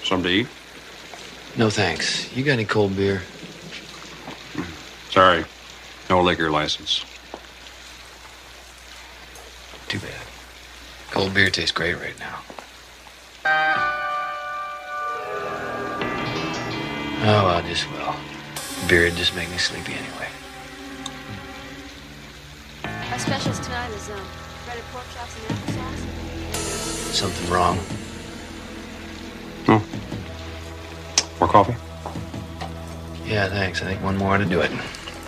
Something to eat? No thanks. You got any cold beer? Sorry. No liquor license. Too bad. Cold beer tastes great right now. Oh, I just will. Beer would just make me sleepy anyway. Our specials tonight is breaded pork chops and applesauce. Something wrong? Hmm. More coffee? Yeah, thanks. I think one more ought to do it.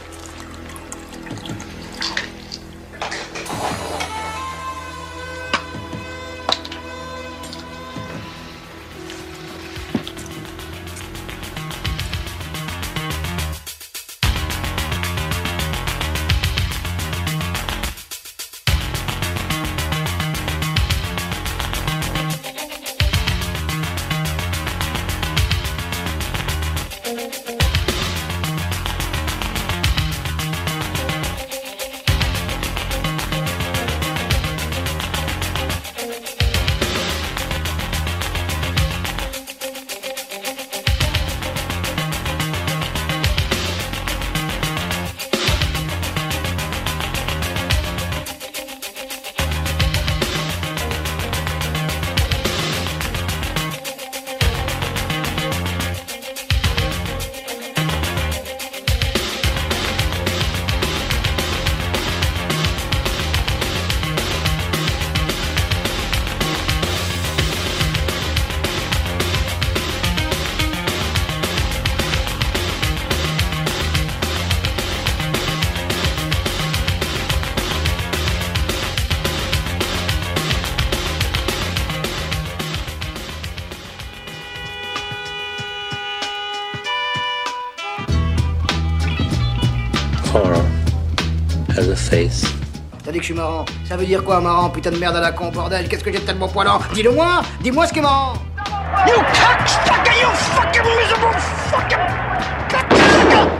Has a face. T'as dit que je suis marrant. Ça veut dire quoi, marrant, putain de merde à la con, bordel? Qu'est-ce que j'ai de tellement poilant? Dis-le-moi! Dis-moi ce qui est marrant! You cocksucker, you fucking miserable fucking cocksucker!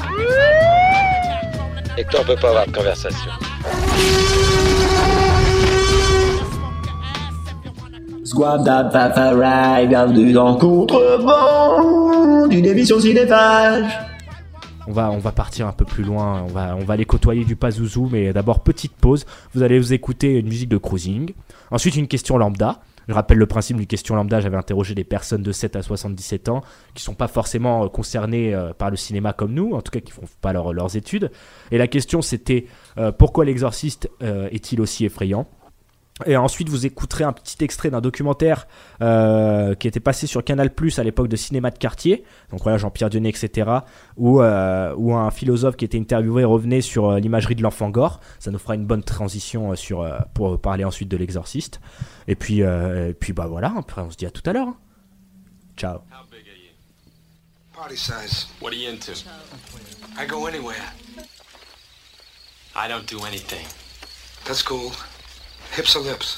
Et toi, on peut pas avoir de conversation. Squab d'Abfafarai, bienvenue dans Contrevent, d'une émission cinéphage. On va partir un peu plus loin, on va aller côtoyer du Pazuzu, mais d'abord petite pause, vous allez vous écouter une musique de cruising, ensuite une question lambda. Je rappelle le principe d'une question lambda, j'avais interrogé des personnes de 7 à 77 ans qui ne sont pas forcément concernées par le cinéma comme nous, en tout cas qui ne font pas leurs études. Et la question c'était pourquoi l'exorciste est-il aussi effrayant ? Et ensuite vous écouterez un petit extrait d'un documentaire qui était passé sur Canal+ à l'époque de Cinéma de quartier, donc voilà Jean-Pierre Dionnet etc, où un philosophe qui était interviewé revenait sur l'imagerie de l'enfant gore. Ça nous fera une bonne transition pour parler ensuite de l'exorciste. Et puis bah voilà, après on se dit à tout à l'heure. Ciao. How big are you? Party size. What are you into? I go anywhere. I don't do anything. That's cool. Hips or lips?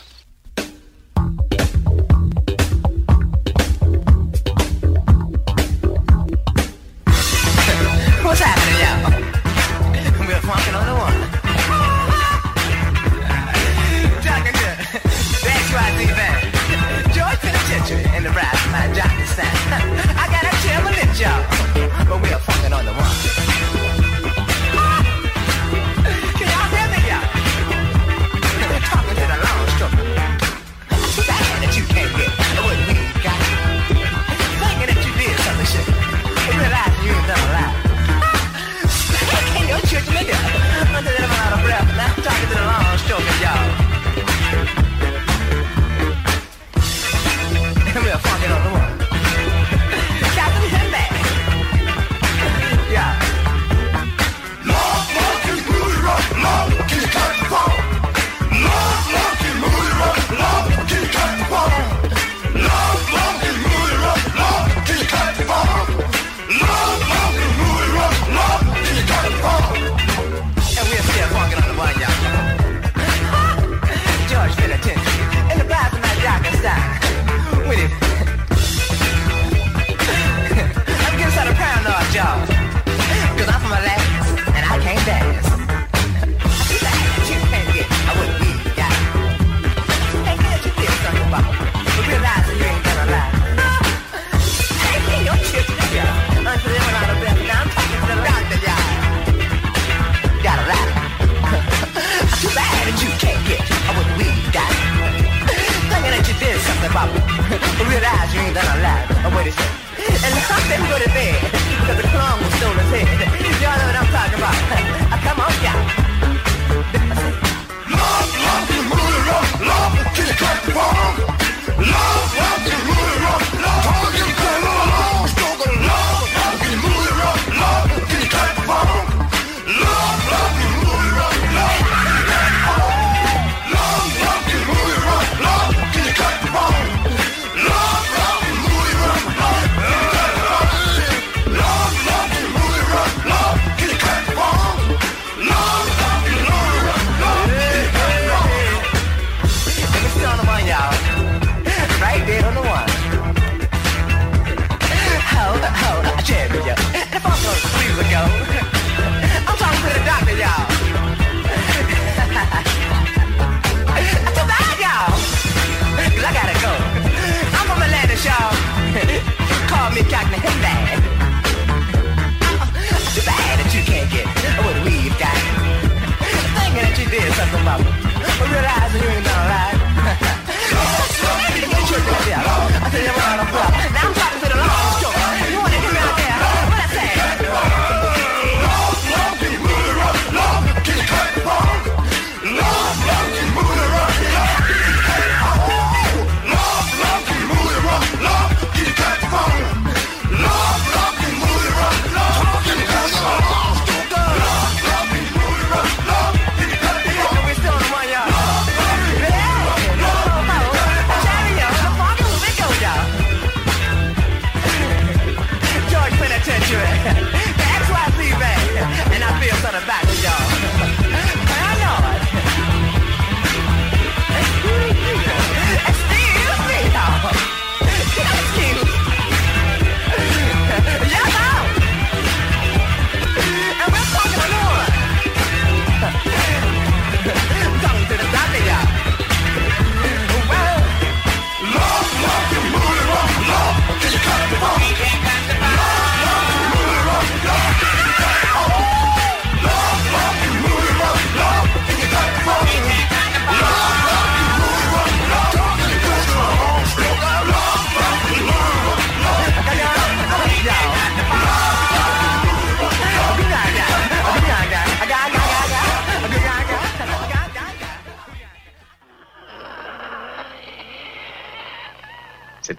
What's happening, y'all? We're funkin' on the one. Talking good. That's why I think that. George Penitentiary and the brass man, Johnny Stan. I got a chill lip, y'all. But we're funkin' on the one. Can y'all hear me, y'all? Talking to the long stroke.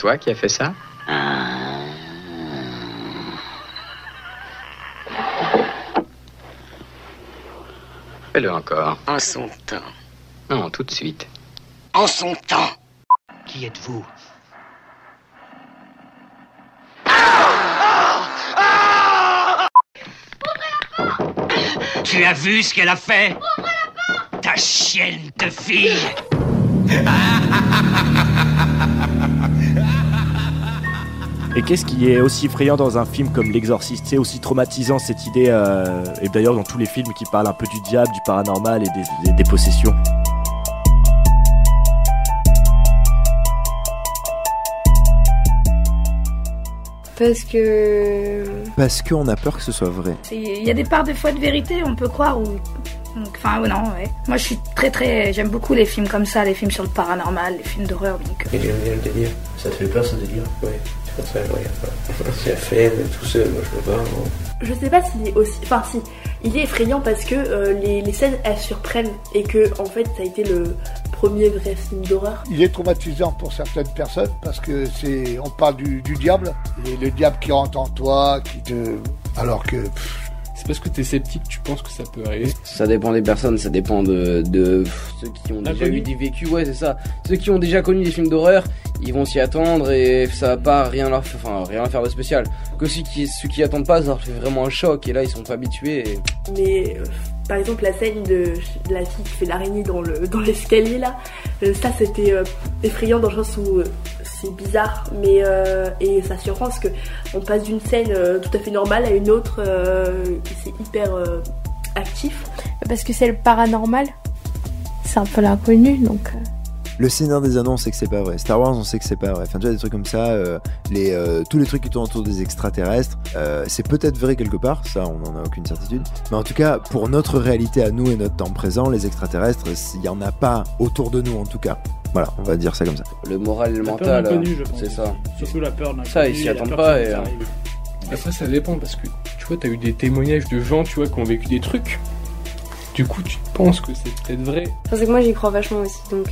toi qui as fait ça? Fais-le encore. En son temps. Non, tout de suite. En son temps. Qui êtes-vous? Tu as vu ce qu'elle a fait? Ta chienne de fille. Et qu'est-ce qui est aussi effrayant dans un film comme L'Exorciste? C'est aussi traumatisant cette idée, et d'ailleurs dans tous les films qui parlent un peu du diable, du paranormal et des possessions. Parce qu'on a peur que ce soit vrai. Il y a des parts de fois de vérité, on peut croire, ou... Donc, enfin, non, ouais. Moi, je suis j'aime beaucoup les films comme ça, les films sur le paranormal, les films d'horreur, donc... Et j'aime bien le délire. Ça te fait peur, ce délire? Ouais, c'est pour ça que je regarde pas. C'est la flemme, tout seul, moi je peux pas, non. Je sais pas s'il est aussi... Enfin, si, il est effrayant parce que les scènes, elles surprennent, et que, en fait, ça a été le premier vrai film d'horreur. Il est traumatisant pour certaines personnes, parce que on parle du diable, et le diable qui rentre en toi, qui te... Alors que... C'est parce que t'es sceptique, tu penses que ça peut arriver? Ça dépend des personnes, ça dépend de ceux qui ont déjà eu des vécus, ouais c'est ça. Ceux qui ont déjà connu des films d'horreur, ils vont s'y attendre et ça va pas rien faire de spécial. Que ceux qui attendent pas, ça leur fait vraiment un choc et là ils sont pas habitués. Mais par exemple la scène de la fille qui fait l'araignée dans l'escalier là, ça c'était effrayant dans le sens où c'est bizarre, mais et ça surprend parce que on passe d'une scène tout à fait normale à une autre c'est hyper actif. Parce que c'est le paranormal, c'est un peu l'inconnu donc. Le Seigneur des Anneaux, on sait que c'est pas vrai. Star Wars, on sait que c'est pas vrai. Enfin, tu vois, des trucs comme ça, tous les trucs qui tournent autour des extraterrestres, c'est peut-être vrai quelque part, ça, on n'en a aucune certitude. Mais en tout cas, pour notre réalité à nous et notre temps présent, les extraterrestres, il y en a pas autour de nous, en tout cas. Voilà, on va dire ça comme ça. Le moral et le mental, c'est ça. Surtout la peur d'un ça, ils s'y attendent pas. Et après, ça dépend parce que tu vois, t'as eu des témoignages de gens, tu vois, qui ont vécu des trucs. Du coup, tu penses que c'est peut-être vrai? Parce que moi, j'y crois vachement aussi, donc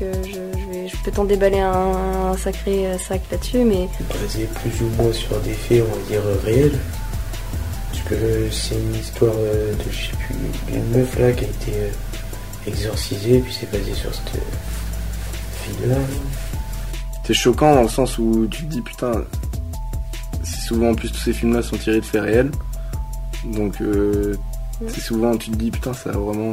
je peux t'en déballer un sacré sac là-dessus, mais... Basé plus ou moins sur des faits, on va dire, réels. Parce que c'est une histoire de, je sais plus, d'une meuf là qui a été exorcisée, puis c'est basé sur cette fille-là. C'est choquant dans le sens où tu te dis, putain, c'est souvent en plus tous ces films-là sont tirés de faits réels. Donc... c'est souvent tu te dis putain ça a vraiment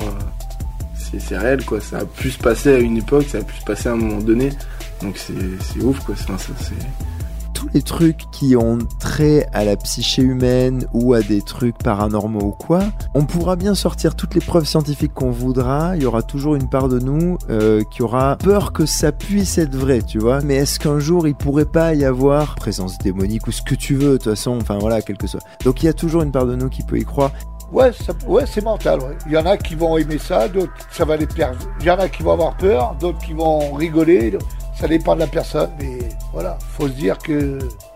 c'est réel quoi, ça a pu se passer à une époque, ça a pu se passer à un moment donné, donc c'est ouf quoi. Enfin, ça, c'est... Tous les trucs qui ont trait à la psyché humaine ou à des trucs paranormaux ou quoi, on pourra bien sortir toutes les preuves scientifiques qu'on voudra, il y aura toujours une part de nous qui aura peur que ça puisse être vrai, tu vois. Mais est-ce qu'un jour il pourrait pas y avoir présence démonique ou ce que tu veux, de toute façon, enfin voilà, quel que soit. Donc il y a toujours une part de nous qui peut y croire. Ouais, c'est mental, ouais. Il y en a qui vont aimer ça, d'autres, ça va les perdre. Il y en a qui vont avoir peur, d'autres qui vont rigoler. Ça dépend de la personne, mais voilà, faut se dire que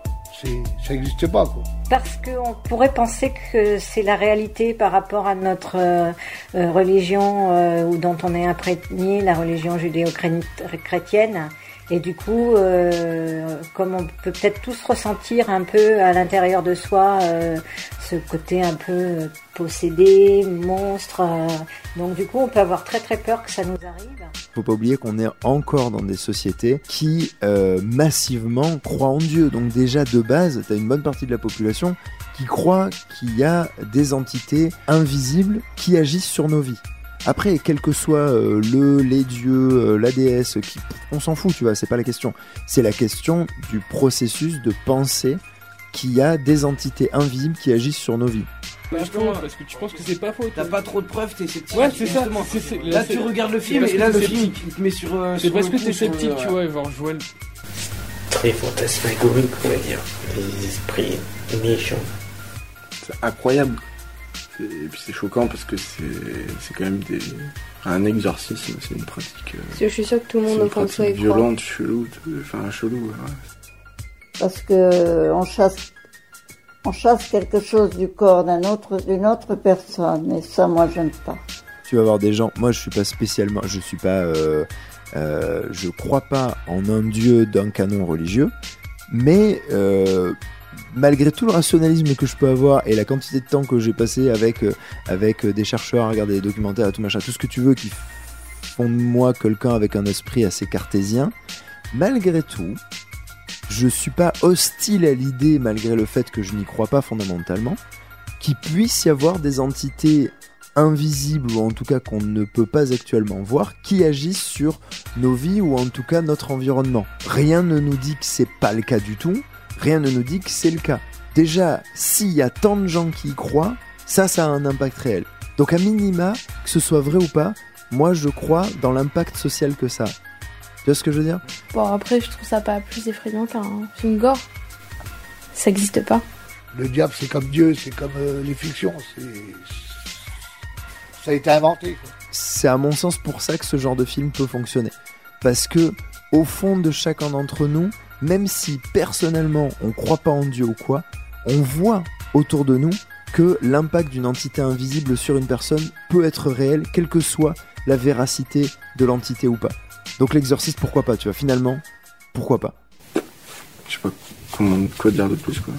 ça n'existe pas, quoi. Parce qu'on pourrait penser que c'est la réalité par rapport à notre religion dont on est imprégné, la religion judéo-chrétienne. Et du coup, comme on peut peut-être tous ressentir un peu à l'intérieur de soi ce côté un peu possédé, monstre, donc du coup on peut avoir très très peur que ça nous arrive. Faut pas oublier qu'on est encore dans des sociétés qui massivement croient en Dieu. Donc déjà de base, t'as une bonne partie de la population qui croit qu'il y a des entités invisibles qui agissent sur nos vies. Après, quel que soit les dieux, la déesse, on s'en fout, tu vois, c'est pas la question. C'est la question du processus de penser qu'il y a des entités invisibles qui agissent sur nos vies. Justement, parce que tu penses que c'est pas faux. T'as pas trop de preuves, t'es sceptique. Ouais, c'est ça. Là, tu regardes le film et là, le film, il te met sur. C'est parce que t'es sceptique, tu vois, genre Joël. Très fantasmagorique, on va dire. Les esprits méchants. C'est incroyable. Et puis c'est choquant parce que c'est quand même un exorcisme, c'est une pratique. Parce que je suis sûre que tout le monde au fond de soi y croit. Violente, chelou, ouais. Parce que on chasse quelque chose du corps d'une autre personne, et ça, moi, j'aime pas. Tu vas voir des gens. Moi, je crois pas en un dieu d'un canon religieux. Mais malgré tout le rationalisme que je peux avoir et la quantité de temps que j'ai passé avec des chercheurs à regarder des documentaires et tout machin, tout ce que tu veux, qui font de moi quelqu'un avec un esprit assez cartésien, malgré tout, je suis pas hostile à l'idée, malgré le fait que je n'y crois pas fondamentalement, qu'il puisse y avoir des entités invisibles, ou en tout cas qu'on ne peut pas actuellement voir, qui agissent sur nos vies, ou en tout cas notre environnement. Rien ne nous dit que c'est pas le cas du tout, rien ne nous dit que c'est le cas. Déjà, s'il y a tant de gens qui y croient, ça a un impact réel. Donc à minima, que ce soit vrai ou pas, moi je crois dans l'impact social que ça a. Tu vois ce que je veux dire ? Bon, après, je trouve ça pas plus effrayant qu'un film gore. Ça existe pas. Le diable, c'est comme Dieu, c'est comme les fictions. Ça a été inventé, quoi. C'est à mon sens pour ça que ce genre de film peut fonctionner. Parce que, au fond de chacun d'entre nous, même si personnellement on croit pas en Dieu ou quoi, on voit autour de nous que l'impact d'une entité invisible sur une personne peut être réel, quelle que soit la véracité de l'entité ou pas. Donc l'exorciste, pourquoi pas, tu vois, finalement, pourquoi pas. Je sais pas quoi dire de plus, quoi.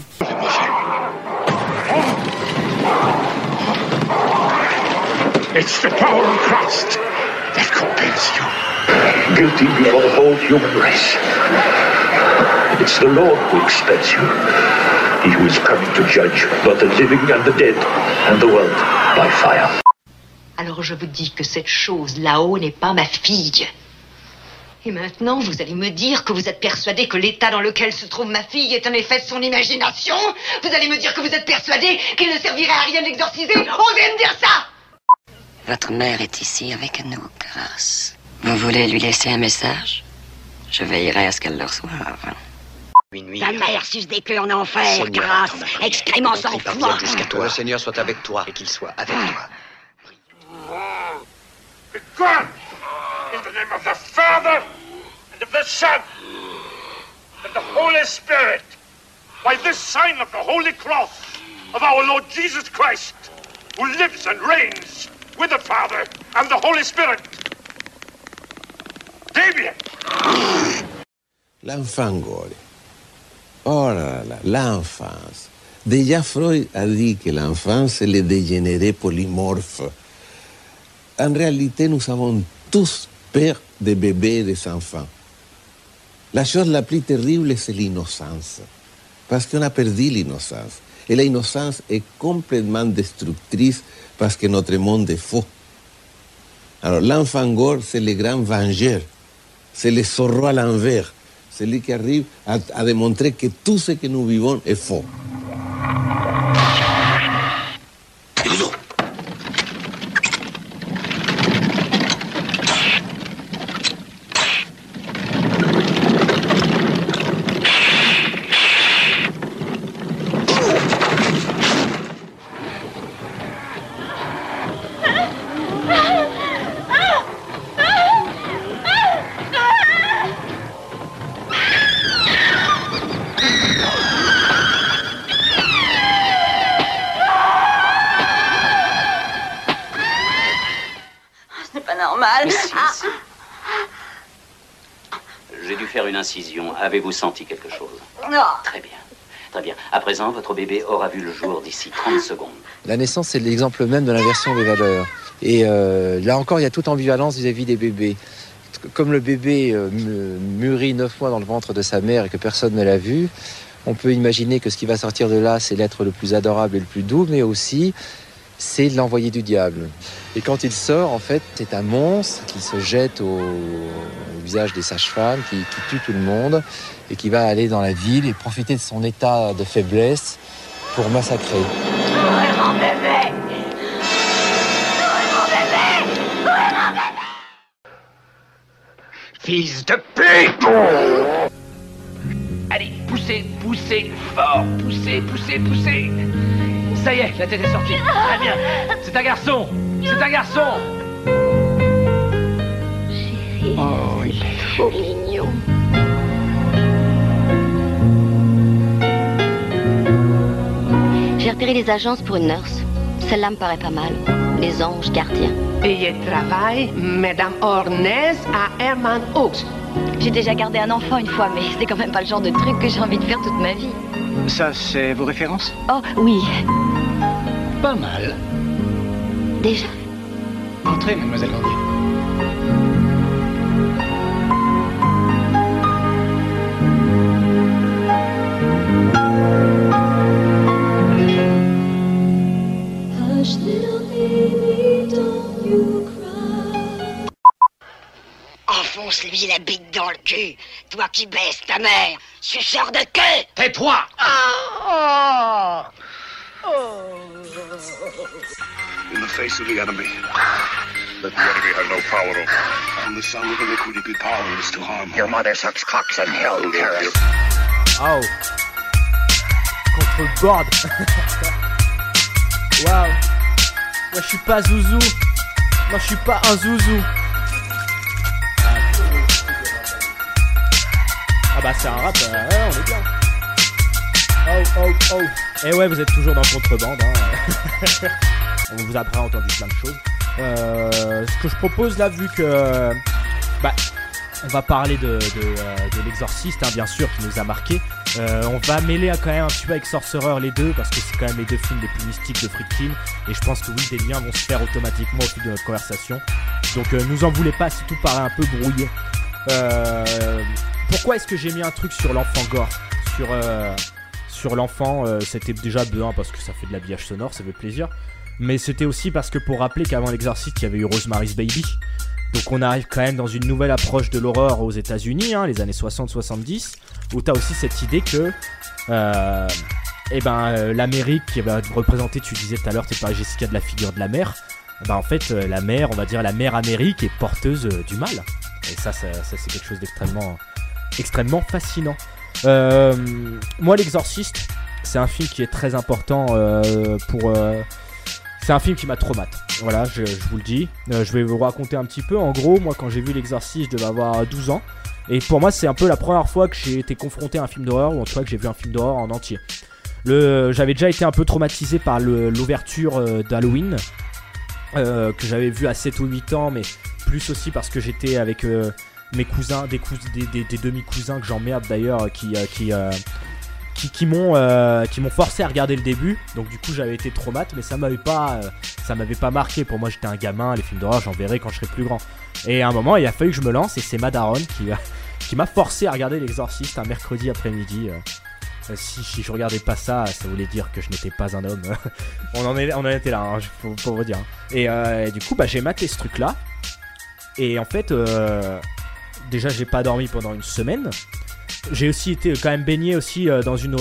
It's the power of Christ that compels you. Guilty before the whole human race. It's the Lord who expels you. He who is coming to judge both the living and the dead, and the world by fire. Alors je vous dis que cette chose là-haut n'est pas ma fille. Et maintenant, vous allez me dire que vous êtes persuadé que l'état dans lequel se trouve ma fille est un effet de son imagination? Vous allez me dire que vous êtes persuadé qu'il ne servirait à rien de l'exorciser? Osez me dire ça! Votre mère est ici avec nous, Grâce. Vous voulez lui laisser un message? Je veillerai à ce qu'elle le reçoive. Ta mère suce des queues en enfer, Grâce, excrément sans foi. Jusqu'à toi. Que le Seigneur soit avec toi et qu'il soit avec toi. Begone! In the name of the Father, and of the Son, and the Holy Spirit, by this sign of the Holy Cross of our Lord Jesus Christ, who lives and reigns with the Father and the Holy Spirit. Damien! L'enfant oh là là, l'enfance. Déjà Freud a dit que l'enfant c'est le dégénéré polymorphe. En réalité, nous avons tous peur des bébés et des enfants. La chose la plus terrible, c'est l'innocence. Parce qu'on a perdu l'innocence. Et l'innocence est complètement destructrice parce que notre monde est faux. Alors l'enfant gore, c'est le grand vengeur. C'est le Zorro à l'envers. C'est lui qui arrive à démontrer que tout ce que nous vivons est faux. J'ai dû faire une incision. Avez-vous senti quelque chose? Non. Très bien. Très bien. À présent, votre bébé aura vu le jour d'ici 30 secondes. La naissance, c'est l'exemple même de l'inversion des valeurs. Et là encore, il y a toute ambivalence vis-à-vis des bébés. Comme le bébé mûrit 9 mois dans le ventre de sa mère et que personne ne l'a vu, on peut imaginer que ce qui va sortir de là, c'est l'être le plus adorable et le plus doux, mais aussi c'est l'envoyé du diable. Et quand il sort, en fait, c'est un monstre qui se jette au visage des sages-femmes, qui tue tout le monde et qui va aller dans la ville et profiter de son état de faiblesse pour massacrer. Où est mon bébé? Où est mon bébé? Où est mon bébé? Fils de pute! Allez, poussez, poussez, fort, poussez, poussez, poussez. Ça y est, la tête est sortie. Très bien. C'est un garçon. C'est un garçon. Chérie, oh, il est trop mignon. J'ai repéré les agences pour une nurse. Celle-là me paraît pas mal. Les anges gardiens. Et je travaille, Madame Ornez, à Herman Oaks. J'ai déjà gardé un enfant une fois, mais c'est quand même pas le genre de truc que j'ai envie de faire toute ma vie. Ça, c'est vos références? Oh, oui. Pas mal. Déjà? Entrez, mademoiselle Grandier. Enfonce-lui la bite dans le cul, toi qui baisses ta mère, suceur de queue. Tais-toi! In the face of the enemy, let the enemy have no power over you. And the son of iniquity be powerless to harm Your mother sucks cocks in hell, Paris. Oh. Contre le board. Waouh. Moi je suis pas zouzou. Moi je suis pas un zouzou. Ah bah c'est un rap, ouais, on est bien. Oh. Et ouais, vous êtes toujours dans Contrebande. Hein. On vous a après entendu plein de choses. Ce que je propose là, vu que on va parler de l'Exorciste, hein, bien sûr, qui nous a marqué. On va mêler quand même un petit peu avec Sorcerer les deux, parce que c'est quand même les deux films les plus mystiques de Friedkin. Et je pense que oui, des liens vont se faire automatiquement au fil de notre conversation. Donc nous en voulez pas si tout paraît un peu brouillé. Pourquoi est-ce que j'ai mis un truc sur l'enfant gore, sur l'enfant, c'était déjà de 1 parce que ça fait de l'habillage sonore, ça fait plaisir. Mais c'était aussi parce que pour rappeler qu'avant l'Exorciste, il y avait eu Rosemary's Baby. Donc on arrive quand même dans une nouvelle approche de l'horreur aux États-Unis, hein, les années 60-70, où t'as aussi cette idée que l'Amérique qui va représenter, tu disais tout à l'heure, c'est pas Jessica de la figure de la mère. En fait, la mère, on va dire la mère Amérique est porteuse du mal. Et ça c'est quelque chose d'extrêmement fascinant. Moi, l'Exorciste, c'est un film qui est très important c'est un film qui m'a traumatisé. Voilà, je vous le dis. Je vais vous raconter un petit peu. En gros, moi, quand j'ai vu l'Exorciste, je devais avoir 12 ans. Et pour moi, c'est un peu la première fois que j'ai été confronté à un film d'horreur, ou en tout cas que j'ai vu un film d'horreur en entier. J'avais déjà été un peu traumatisé par l'ouverture d'Halloween, que j'avais vu à 7 ou 8 ans, mais plus aussi parce que j'étais avec mes cousins, des demi-cousins que j'emmerde d'ailleurs, qui m'ont forcé à regarder le début. Donc du coup j'avais été traumatisé, mais ça m'avait pas marqué. Pour moi, j'étais un gamin, les films d'horreur j'en verrai quand je serai plus grand. Et à un moment il a fallu que je me lance, et c'est ma daronne qui m'a forcé à regarder l'Exorciste un mercredi après-midi. Si je regardais pas ça, ça voulait dire que je n'étais pas un homme. on en était là, hein, pour vous dire. Et du coup j'ai maté ce truc là. Et en fait déjà j'ai pas dormi pendant une semaine. J'ai aussi été quand même baigné aussi dans une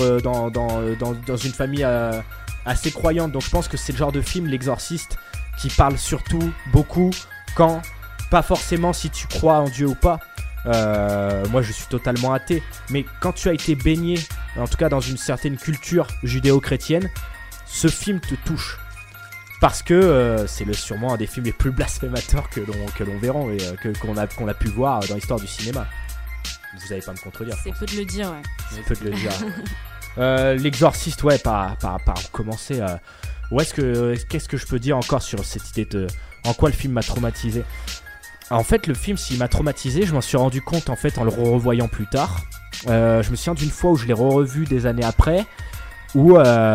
famille assez croyante. Donc je pense que c'est le genre de film, l'Exorciste, qui parle surtout beaucoup quand, pas forcément si tu crois en Dieu ou pas. Moi je suis totalement athée, mais quand tu as été baigné, en tout cas dans une certaine culture judéo-chrétienne, ce film te touche. Parce que c'est sûrement un des films les plus blasphémateurs que l'on verra et qu'on a pu voir dans l'histoire du cinéma. Vous n'allez pas me contredire. C'est peu de le dire, ouais. C'est peu de le dire. L'Exorciste, ouais, par commencer. Qu'est-ce que je peux dire encore sur cette idée de en quoi le film m'a traumatisé. En fait, le film, s'il m'a traumatisé, je m'en suis rendu compte en fait en le revoyant plus tard. Je me souviens d'une fois où je l'ai revu des années après, où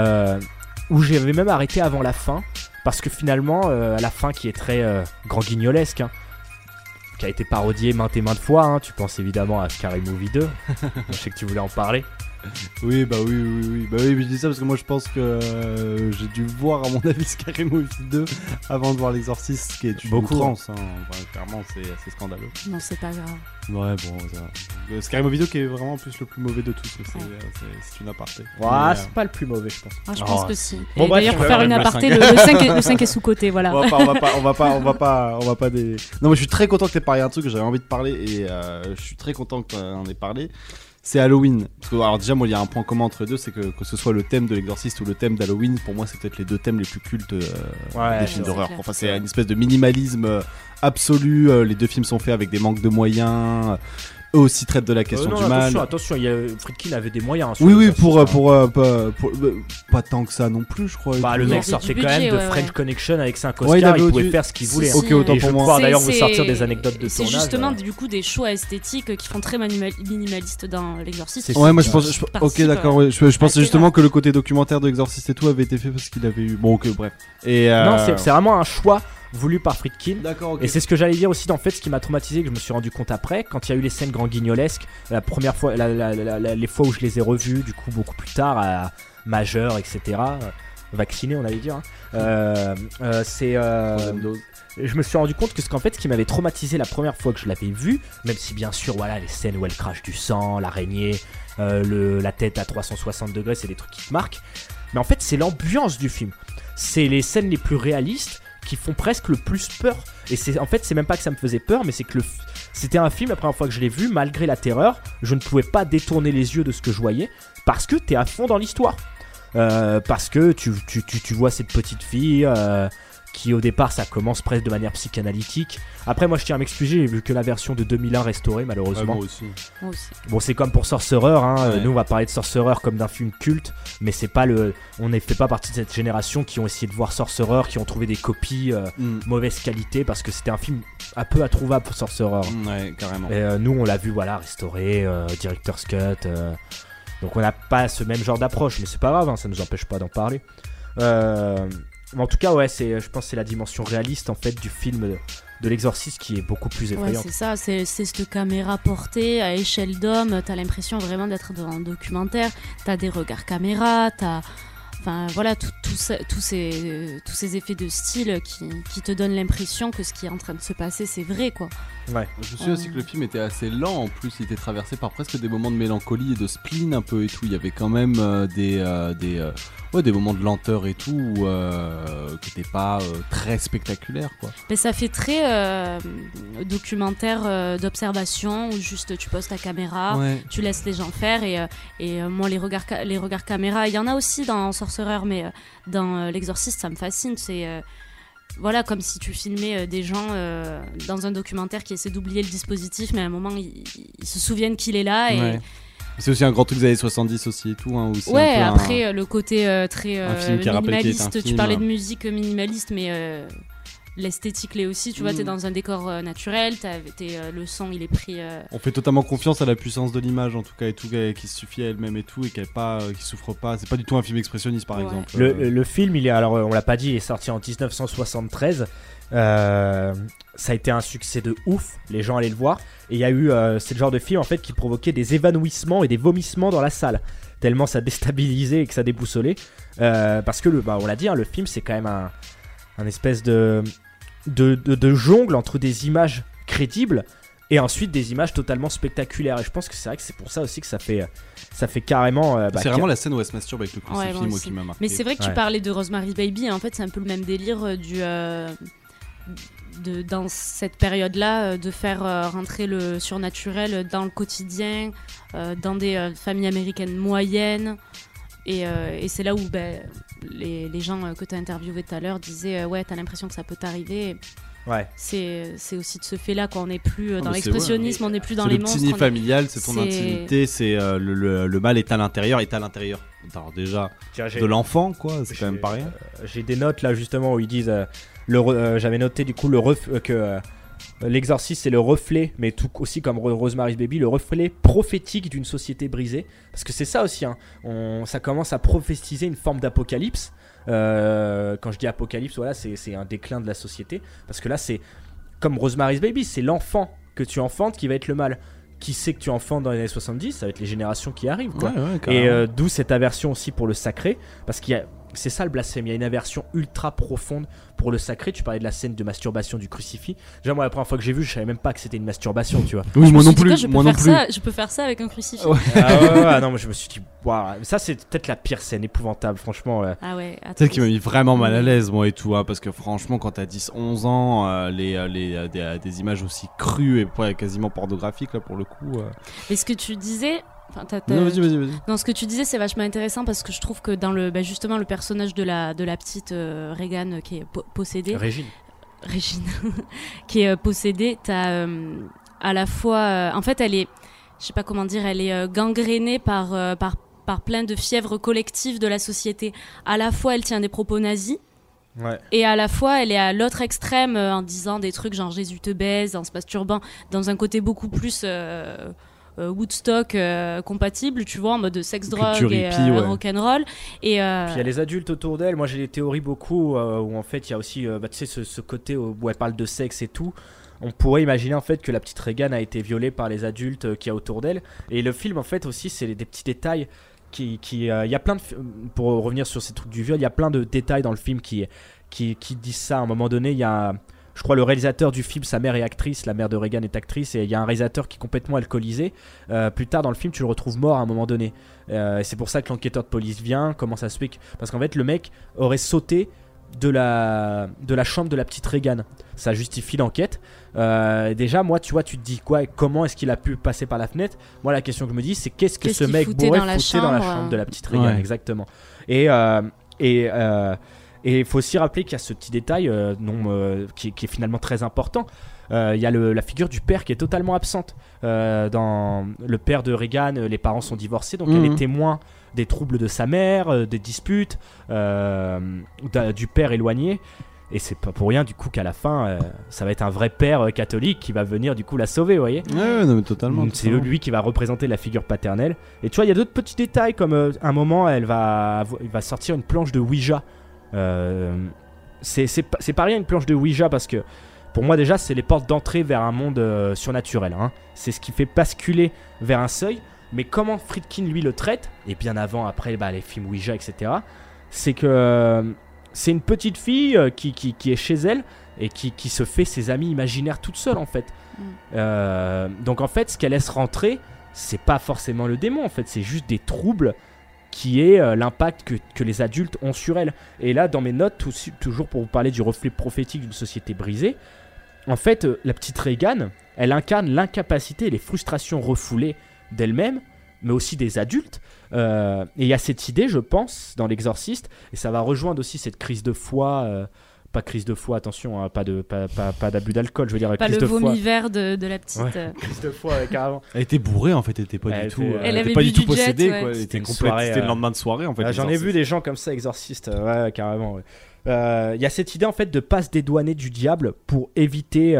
j'avais même arrêté avant la fin, parce que finalement, à la fin qui est très grand guignolesque, hein, qui a été parodié maintes et maintes fois, hein. Tu penses évidemment à Scary Movie 2. Je sais que tu voulais en parler. Oui, bah oui. Bah oui, mais je dis ça parce que moi je pense que j'ai dû voir à mon avis Scary Movie 2 avant de voir l'Exorciste, qui est une outrance, hein. Enfin, clairement c'est assez scandaleux. Non, c'est pas grave. Ouais, bon, ça... Scary Movie 2 qui est vraiment en plus le plus mauvais de tous, c'est une aparté. Ouais, c'est pas le plus mauvais, je pense. Ah, je pense que si. Bon, d'ailleurs, pour faire une aparté, le 5 est sous-côté, voilà. On va pas des... Non, mais je suis très content que t'aies parlé d'un truc que j'avais envie de parler, et je suis très content que t'en aies parlé. C'est Halloween. Parce que, alors déjà, moi, il y a un point commun entre les deux, c'est que ce soit le thème de l'Exorciste ou le thème d'Halloween, pour moi, c'est peut-être les deux thèmes les plus cultes des films d'horreur. Enfin, c'est une espèce de minimalisme absolu. Les deux films sont faits avec des manques de moyens. eux aussi traitent de la question du mal. Attention, Friedkin avait des moyens. Oui, pas tant que ça non plus, je crois. Bah, le mec sortait quand même de French Connection avec 5 Oscars, Ouais, il pouvait faire ce qu'il voulait. Ok, autant et je pour moi. pouvoir d'ailleurs vous sortir des anecdotes de C'est tournage. justement du coup des choix esthétiques qui font très minimalistes dans l'exorciste. Ouais, moi je pense. Ok, d'accord. Ouais. Je pensais justement que le côté documentaire de l'exorciste et tout avait été fait parce qu'il avait eu. Bon, ok, bref. Et non, c'est vraiment un choix voulu par Friedkin. D'accord, ok. Et c'est ce que j'allais dire aussi, en fait, ce qui m'a traumatisé, que je me suis rendu compte après, quand il y a eu les scènes grand guignolesques, la première fois, les fois où je les ai revus, du coup, beaucoup plus tard, majeur, etc. Vacciné, on allait dire. Je me suis rendu compte que ce qui m'avait traumatisé la première fois que je l'avais vu, même si bien sûr, voilà, les scènes où elle crache du sang, l'araignée, la tête à 360 degrés, c'est des trucs qui te marquent. Mais en fait, c'est l'ambiance du film. C'est les scènes les plus réalistes qui font presque le plus peur. Et c'est même pas que ça me faisait peur, mais c'est que c'était un film, la première fois que je l'ai vu, malgré la terreur, je ne pouvais pas détourner les yeux de ce que je voyais, parce que t'es à fond dans l'histoire. Parce que tu vois cette petite fille qui au départ ça commence presque de manière psychanalytique. Après moi je tiens à m'excuser, j'ai vu que la version de 2001 restaurée malheureusement. Moi aussi. Bon c'est comme pour Sorcerer, nous on va parler de Sorcerer comme d'un film culte, mais c'est pas on ne fait pas partie de cette génération qui ont essayé de voir Sorcerer, qui ont trouvé des copies mauvaise qualité, parce que c'était un film un peu introuvable pour Sorcerer. Ouais, carrément. Et nous on l'a vu restauré, Director's Cut, donc on n'a pas ce même genre d'approche, mais c'est pas grave, ça nous empêche pas d'en parler. Mais en tout cas, ouais, je pense que c'est la dimension réaliste en fait du film de l'exorciste qui est beaucoup plus effrayante. Ouais, c'est ça, c'est cette caméra portée à échelle d'homme, t'as l'impression vraiment d'être dans un documentaire, t'as des regards caméra, enfin voilà, tous ces effets de style qui te donnent l'impression que ce qui est en train de se passer c'est vrai quoi. Ouais. Je me souviens aussi que le film était assez lent, en plus il était traversé par presque des moments de mélancolie et de spleen un peu et tout. Il y avait quand même des moments de lenteur et tout qui n'étaient pas très spectaculaires quoi. Mais ça fait très documentaire d'observation où juste tu poses ta caméra, tu laisses les gens faire et moi les regards caméra, il y en a aussi dans Sorcerer, mais dans l'exorciste ça me fascine, c'est voilà, comme si tu filmais des gens dans un documentaire qui essaie d'oublier le dispositif, mais à un moment ils se souviennent qu'il est là. Et c'est aussi un grand truc des années 70 aussi et tout. Où c'est ouais, un peu après le côté très minimaliste. Tu parlais de musique minimaliste, mais l'esthétique l'est aussi. Tu vois, t'es dans un décor naturel, le son il est pris. On fait totalement confiance à la puissance de l'image en tout cas et tout, qui se suffit à elle-même et tout, et qui souffre pas. C'est pas du tout un film expressionniste par exemple. Le film, alors on l'a pas dit, il est sorti en 1973. Ça a été un succès de ouf, les gens allaient le voir, et il y a eu c'est le genre de film en fait qui provoquait des évanouissements et des vomissements dans la salle, tellement ça déstabilisait et que ça déboussolait, parce que on l'a dit, le film c'est quand même un espèce de jongle entre des images crédibles et ensuite des images totalement spectaculaires, et je pense que c'est vrai que c'est pour ça aussi que ça fait carrément c'est vraiment la scène où elle se masturbe avec le crucifix qui m'a marqué. Mais c'est vrai que tu parlais de Rosemary's Baby, en fait c'est un peu le même délire dans cette période-là, de faire rentrer le surnaturel dans le quotidien, dans des familles américaines moyennes. Et c'est là où les gens que tu as interviewés tout à l'heure disaient ouais, t'as l'impression que ça peut t'arriver. Ouais. C'est aussi de ce fait-là qu'on n'est plus dans l'expressionnisme, on n'est plus dans les monstres. C'est le petit nid familial, c'est ton intimité, c'est le mal est à l'intérieur. Alors déjà, de l'enfant, quoi, c'est quand même pas rien. J'ai des notes là justement où ils disent j'avais noté du coup que l'exorciste c'est le reflet, mais tout aussi comme Rosemary's Baby, le reflet prophétique d'une société brisée, parce que c'est ça aussi, ça commence à prophétiser une forme d'apocalypse. Quand je dis apocalypse, voilà, c'est un déclin de la société, parce que là c'est comme Rosemary's Baby, c'est l'enfant que tu enfantes qui va être le mal. Qui sait que tu enfantes dans les années 70, ça va être les générations qui arrivent quoi. Et d'où cette aversion aussi pour le sacré, parce c'est ça le blasphème, il y a une aversion ultra profonde pour le sacré. Tu parlais de la scène de masturbation du crucifix. Déjà moi la première fois que j'ai vu, je savais même pas que c'était une masturbation, tu vois. Oui, moi non plus. Je peux faire ça avec un crucifix. Non, moi je me suis dit waouh, ça c'est peut-être la pire scène, épouvantable franchement. Ah ouais. Celle qui m'a mis vraiment mal à l'aise moi et tout, parce que franchement quand t'as 10-11 ans, des images aussi crues et quasiment pornographiques là pour le coup. Mais ce que tu disais. Non, vas-y. Dans ce que tu disais, c'est vachement intéressant parce que je trouve que dans justement le personnage de la petite Regan qui est possédée. Régine. Qui est possédée, t'as à la fois. En fait, elle est. je sais pas comment dire, elle est gangrénée par plein de fièvres collectives de la société. À la fois, elle tient des propos nazis. Ouais. Et à la fois, elle est à l'autre extrême en disant des trucs genre Jésus te baise, en se masturbant, dans un côté beaucoup plus Woodstock compatible, tu vois, en mode sex, drogue et rock'n'roll. Et puis il y a les adultes autour d'elle. Moi, j'ai des théories beaucoup où en fait, il y a aussi tu sais, ce côté où elle parle de sexe et tout. On pourrait imaginer en fait que la petite Regan a été violée par les adultes qu'il y a autour d'elle. Et le film, en fait, aussi, c'est des petits détails. Il y a plein de, pour revenir sur ces trucs du viol, il y a plein de détails dans le film qui disent ça. À un moment donné, il y a, je crois, le réalisateur du film, sa mère est actrice, la mère de Regan est actrice, et il y a un réalisateur qui est complètement alcoolisé. Plus tard dans le film, tu le retrouves mort à un moment donné. Et c'est pour ça que l'enquêteur de police vient. Comment ça se fait parce qu'en fait, le mec aurait sauté de la chambre de la petite Regan. Ça justifie l'enquête. Déjà, moi, tu vois, tu te dis quoi? Comment est-ce qu'il a pu passer par la fenêtre? Moi, la question que je me dis, c'est qu'est-ce que ce mec bourré foutait dans la chambre de la petite Regan, exactement. Et il faut aussi rappeler qu'il y a ce petit détail qui est finalement très important. Il y a la figure du père qui est totalement absente. Dans le père de Regan, les parents sont divorcés, donc elle est témoin des troubles de sa mère, des disputes, du père éloigné. Et c'est pas pour rien du coup qu'à la fin, ça va être un vrai père catholique qui va venir du coup la sauver, vous voyez. Ouais, non mais totalement. C'est lui qui va représenter la figure paternelle. Et tu vois, il y a d'autres petits détails comme un moment, il va sortir une planche de Ouija. C'est pas rien une planche de Ouija parce que pour moi déjà c'est les portes d'entrée vers un monde surnaturel. Hein. C'est ce qui fait basculer vers un seuil. Mais comment Friedkin lui le traite, et bien avant, après les films Ouija, etc., c'est que c'est une petite fille qui est chez elle et qui se fait ses amis imaginaires toute seule en fait. Donc en fait, ce qu'elle laisse rentrer, c'est pas forcément le démon en fait, c'est juste des troubles qui est l'impact que les adultes ont sur elle. Et là, dans mes notes, toujours pour vous parler du reflet prophétique d'une société brisée, en fait, la petite Regan, elle incarne l'incapacité et les frustrations refoulées d'elle-même, mais aussi des adultes. Et il y a cette idée, je pense, dans L'Exorciste, et ça va rejoindre aussi cette crise de foi, pas crise de foi, attention, hein, pas d'abus d'alcool, je veux dire pas crise le de foi. vomi vert de la petite. Ouais, crise de foi, carrément. Elle était bourrée en fait, elle était pas du tout. Elle avait pas du tout budget, possédée, ouais. quoi. Elle était complète. C'était le lendemain de soirée en fait. J'en ai vu des gens comme ça, exorcistes, ouais, carrément. Ouais. Il y a cette idée en fait de pas se dédouaner du diable pour éviter.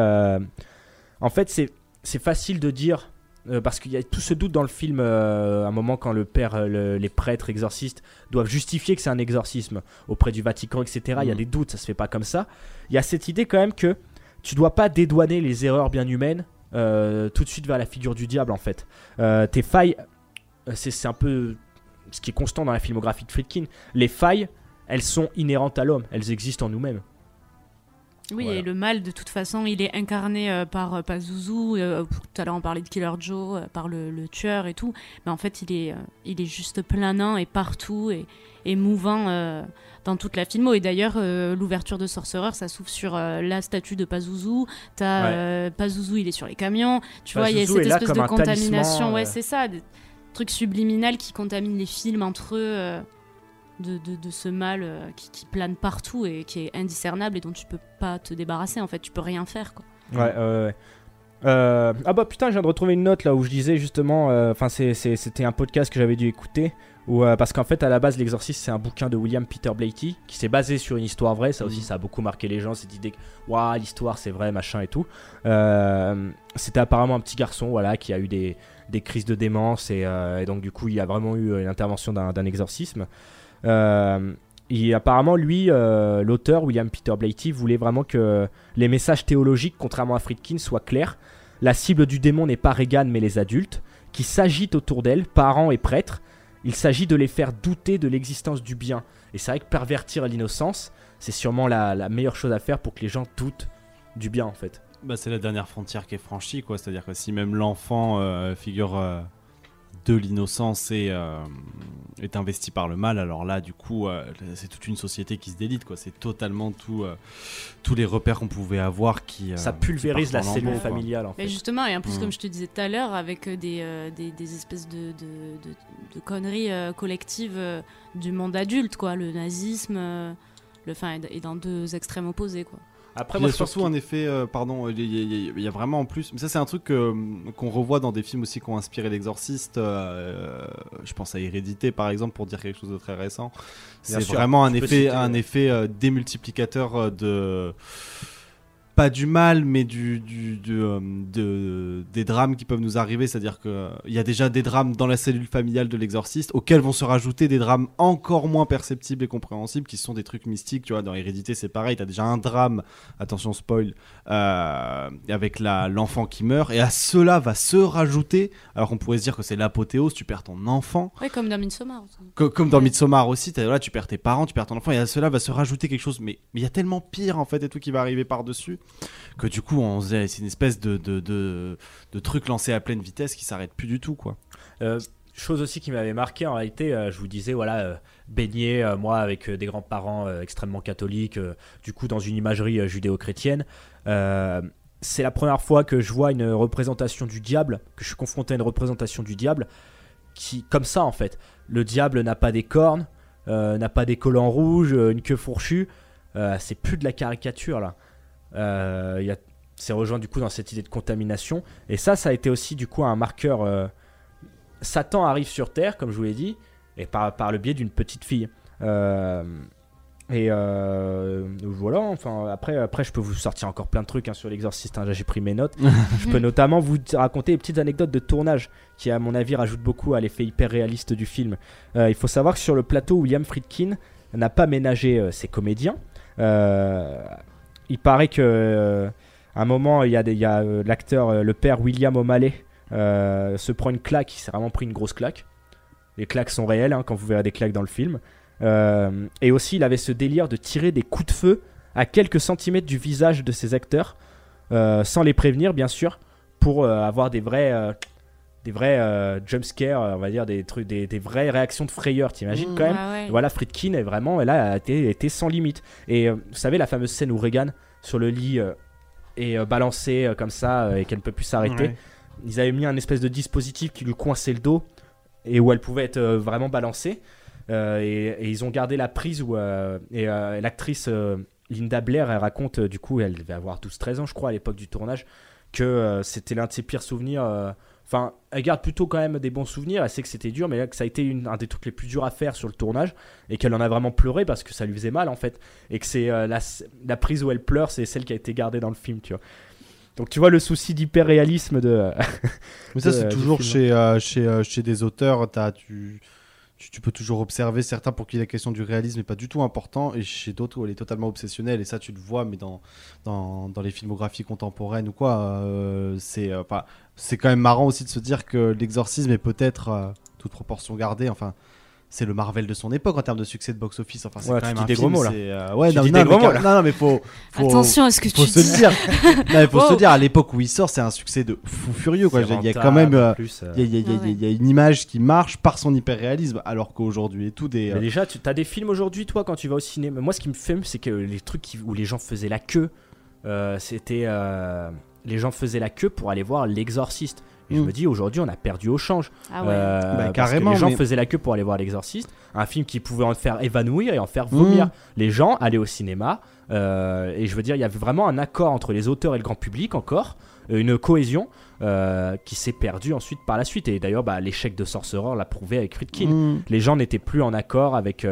En fait, c'est facile de dire. Parce qu'il y a tout ce doute dans le film à un moment quand le père, les prêtres exorcistes doivent justifier que c'est un exorcisme auprès du Vatican, etc. Il y a des doutes, ça se fait pas comme ça. Il y a cette idée quand même que tu dois pas dédouaner les erreurs bien humaines tout de suite vers la figure du diable en fait. Tes failles, c'est un peu ce qui est constant dans la filmographie de Friedkin. Les failles, elles sont inhérentes à l'homme, elles existent en nous-mêmes. Oui, Voilà. et le mal, de toute façon, il est incarné par Pazuzu. Tout à l'heure, on parlait de Killer Joe, par le tueur et tout. Mais en fait, il est juste planant et partout et mouvant dans toute la filmo. Et d'ailleurs, l'ouverture de Sorcerer, ça s'ouvre sur la statue de Pazuzu. T'as Pazuzu, il est sur les camions. Tu vois, il y a cette espèce de contamination. Ouais, c'est ça, des trucs subliminaux qui contaminent les films entre eux. De ce mal qui plane partout et qui est indiscernable et dont tu peux pas te débarrasser en fait, tu peux rien faire quoi. Ouais. Ah bah putain, je viens de retrouver une note là où je disais justement, c'était un podcast que j'avais dû écouter où, parce qu'en fait à la base L'Exorciste c'est un bouquin de William Peter Blatty qui s'est basé sur une histoire vraie, ça aussi ça a beaucoup marqué les gens, cette idée que waouh l'histoire c'est vrai machin et tout. C'était apparemment un petit garçon voilà qui a eu des crises de démence et donc du coup il a vraiment eu une intervention d'un exorcisme. Et apparemment lui l'auteur William Peter Blatty voulait vraiment que les messages théologiques contrairement à Friedkin soient clairs. La cible du démon n'est pas Regan mais les adultes qui s'agitent autour d'elle, parents et prêtres. Il s'agit de les faire douter de l'existence du bien. Et c'est vrai que pervertir l'innocence c'est sûrement la meilleure chose à faire pour que les gens doutent du bien en fait. Bah, c'est la dernière frontière qui est franchie quoi, c'est-à-dire que si même l'enfant figure de l'innocence est investi par le mal, alors là du coup c'est toute une société qui se délite quoi. C'est totalement tous les repères qu'on pouvait avoir qui ça pulvérise la cellule familiale en fait. Mais justement, et en plus comme je te disais tout à l'heure, avec des espèces de conneries collectives du monde adulte quoi, le nazisme, est dans deux extrêmes opposés quoi. Après, il y a surtout un effet, il y a vraiment en plus, mais ça c'est un truc qu'on revoit dans des films aussi qui ont inspiré l'Exorciste. Je pense à Hérédité par exemple pour dire quelque chose de très récent. C'est vraiment un effet démultiplicateur de pas du mal, mais des drames qui peuvent nous arriver. C'est-à-dire qu'il y a déjà des drames dans la cellule familiale de l'exorciste, auxquels vont se rajouter des drames encore moins perceptibles et compréhensibles, qui sont des trucs mystiques. Tu vois, dans Hérédité, c'est pareil. T'as déjà un drame, attention spoil, avec l'enfant qui meurt, et à cela va se rajouter, alors qu'on pourrait se dire que c'est l'apothéose, tu perds ton enfant. Ouais, comme dans Midsommar. Comme dans Midsommar aussi, là, tu perds tes parents, tu perds ton enfant, et à cela va se rajouter quelque chose. Mais il y a tellement pire en fait et tout qui va arriver par-dessus. Que du coup c'est une espèce de truc lancé à pleine vitesse qui s'arrête plus du tout quoi. Chose aussi qui m'avait marqué en réalité, je vous disais baigné moi avec des grands-parents extrêmement catholiques, du coup dans une imagerie judéo-chrétienne, c'est la première fois que je vois une représentation du diable, que je suis confronté à une représentation du diable qui, comme ça en fait, le diable n'a pas des cornes, n'a pas des collants rouges, une queue fourchue, c'est plus de la caricature là. C'est rejoint du coup dans cette idée de contamination, et ça a été aussi du coup un marqueur. Satan arrive sur Terre comme je vous l'ai dit, et par le biais d'une petite fille, voilà. Enfin après je peux vous sortir encore plein de trucs sur l'exorciste, là j'ai pris mes notes. Je peux notamment vous raconter des petites anecdotes de tournage qui à mon avis rajoutent beaucoup à l'effet hyper réaliste du film. Il faut savoir que sur le plateau, William Friedkin n'a pas ménagé ses comédiens. Il paraît que à un moment, il y a l'acteur, le père William O'Malley, se prend une claque. Il s'est vraiment pris une grosse claque. Les claques sont réelles, quand vous verrez des claques dans le film. Et aussi, il avait ce délire de tirer des coups de feu à quelques centimètres du visage de ses acteurs, sans les prévenir, bien sûr, pour avoir des vrais jumpscares, on va dire des vraies réactions de frayeur, t'imagines quand même. Ouais. Voilà, Friedkin est vraiment, a été sans limite. Et vous savez la fameuse scène où Regan sur le lit est balancée comme ça et qu'elle ne peut plus s'arrêter. Ouais. Ils avaient mis un espèce de dispositif qui lui coinçait le dos et où elle pouvait être vraiment balancée. Et ils ont gardé la prise où l'actrice Linda Blair, elle raconte, du coup elle devait avoir 12-13 ans je crois à l'époque du tournage, que c'était l'un de ses pires souvenirs. Enfin, elle garde plutôt quand même des bons souvenirs. Elle sait que c'était dur, mais là, que ça a été un des trucs les plus durs à faire sur le tournage, et qu'elle en a vraiment pleuré parce que ça lui faisait mal en fait, et que c'est la prise où elle pleure, c'est celle qui a été gardée dans le film, tu vois. Donc tu vois le souci d'hyper-réalisme de. Mais ça c'est toujours chez des auteurs, tu peux toujours observer certains pour qui la question du réalisme n'est pas du tout important, et chez d'autres où elle est totalement obsessionnelle, et ça tu le vois, mais dans les filmographies contemporaines ou quoi, c'est quand même marrant aussi de se dire que l'exorcisme est peut-être, toute proportion gardée, enfin c'est le Marvel de son époque en termes de succès de box-office. Enfin, c'est quand même un film. Gros mots, là. Non, mais faut attention à ce que tu dis. Se dire. Il faut se dire, à l'époque où il sort, c'est un succès de fou furieux. Quoi. Il y a quand même il y a une image qui marche par son hyper-réalisme, alors qu'aujourd'hui et tout des. Mais déjà, tu as des films aujourd'hui, toi, quand tu vas au cinéma. Moi, ce qui me fait, c'est que les trucs où les gens faisaient la queue, c'était les gens faisaient la queue pour aller voir l'Exorciste. Et je me dis, aujourd'hui, on a perdu au change. Ah ouais. Carrément. Les gens faisaient la queue pour aller voir l'Exorciste, un film qui pouvait en faire évanouir et en faire vomir. Les gens allaient au cinéma, et je veux dire, il y avait vraiment un accord entre les auteurs et le grand public encore, une cohésion qui s'est perdue ensuite par la suite. Et d'ailleurs, l'échec de Sorcerer l'a prouvé avec Friedkin. Les gens n'étaient plus en accord avec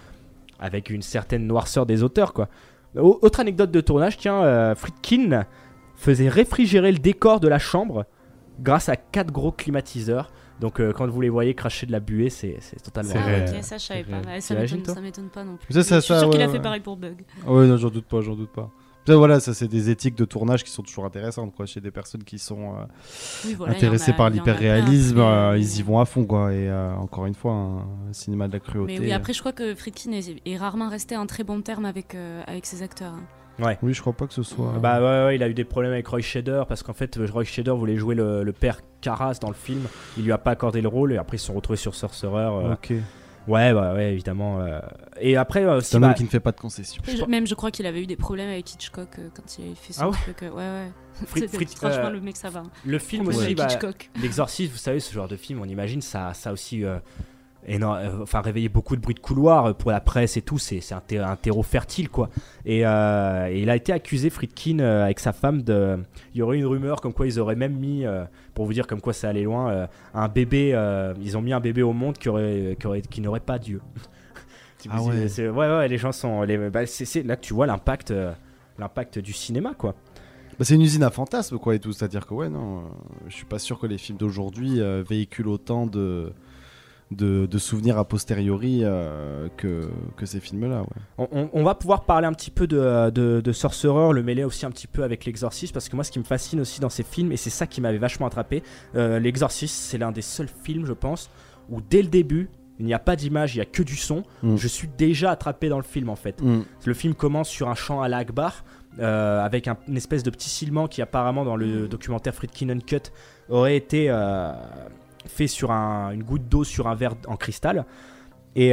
une certaine noirceur des auteurs, quoi. Autre anecdote de tournage, tiens, Friedkin faisait réfrigérer le décor de la chambre grâce à 4 gros climatiseurs. Donc quand vous les voyez cracher de la buée, c'est totalement réel. Ok, ça je savais pas. Ça m'étonne pas non plus. Je suis sûr qu'il a fait pareil pour Bug. Oui, non, j'en doute pas. Ça, voilà, ça c'est des éthiques de tournage qui sont toujours intéressantes, quoi, chez des personnes qui sont intéressées par l'hyper-réalisme, ils y vont à fond, quoi. Et encore une fois, un cinéma de la cruauté. Mais oui, après je crois que Friedkin est rarement resté en très bon terme avec ses acteurs. Ouais. Oui, je crois pas que ce soit. Ouais, il a eu des problèmes avec Roy Scheider parce qu'en fait, Roy Scheider voulait jouer le père Karras dans le film. Il lui a pas accordé le rôle et après ils se sont retrouvés sur Sorcerer. Ok. Ouais, évidemment. Et après, c'est un homme qui ne fait pas de concessions. Je crois qu'il avait eu des problèmes avec Hitchcock quand il avait fait son truc. Ouais. Franchement, le mec, ça va. Le film aussi, l'Exorciste, vous savez, ce genre de film, on imagine, ça a aussi réveiller beaucoup de bruit de couloir pour la presse et tout. C'est un terreau fertile, quoi. Et il a été accusé, Friedkin, avec sa femme, il y aurait une rumeur comme quoi ils auraient même mis, pour vous dire comme quoi ça allait loin, un bébé. Ils ont mis un bébé au monde qui n'aurait pas Dieu. Ah ouais. Ouais, les gens sont. C'est là que tu vois l'impact du cinéma, quoi. C'est une usine à fantasmes, quoi, et tout. C'est-à-dire que, je suis pas sûr que les films d'aujourd'hui véhiculent autant de souvenirs a posteriori que ces films-là. Ouais. On va pouvoir parler un petit peu de Sorcerer, le mêler aussi un petit peu avec l'Exorciste, parce que moi, ce qui me fascine aussi dans ces films, et c'est ça qui m'avait vachement attrapé, l'Exorciste, c'est l'un des seuls films, je pense, où dès le début, il n'y a pas d'image, il n'y a que du son. Je suis déjà attrapé dans le film, en fait. Le film commence sur un chant à la Akbar, avec une espèce de petit sifflement qui apparemment dans le documentaire Friedkin Uncut aurait été fait sur une goutte d'eau sur un verre en cristal. Et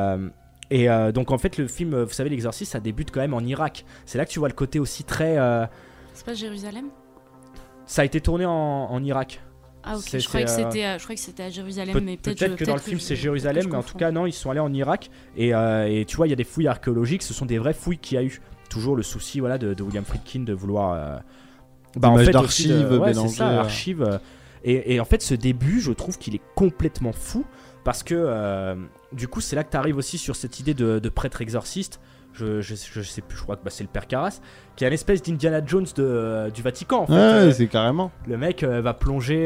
donc en fait le film, vous savez, l'Exorciste, ça débute quand même en Irak. C'est là que tu vois le côté aussi très... C'est pas Jérusalem ? Ça a été tourné en Irak. Ah ok, je croyais que c'était à Jérusalem, mais peut-être que dans le film c'est Jérusalem, mais en tout cas non, ils sont allés en Irak. Et tu vois, il y a des fouilles archéologiques, ce sont des vraies fouilles qu'il y a eu. Toujours le souci de William Friedkin de vouloir en fait d'archives c'est ça, archives. Et en fait ce début, je trouve qu'il est complètement fou, parce que du coup c'est là que tu arrives aussi sur cette idée de prêtre exorciste. Je sais plus, je crois que c'est le père Carras, qui est une espèce d'Indiana Jones du Vatican, en fait. Ouais, c'est carrément. Le mec va plonger,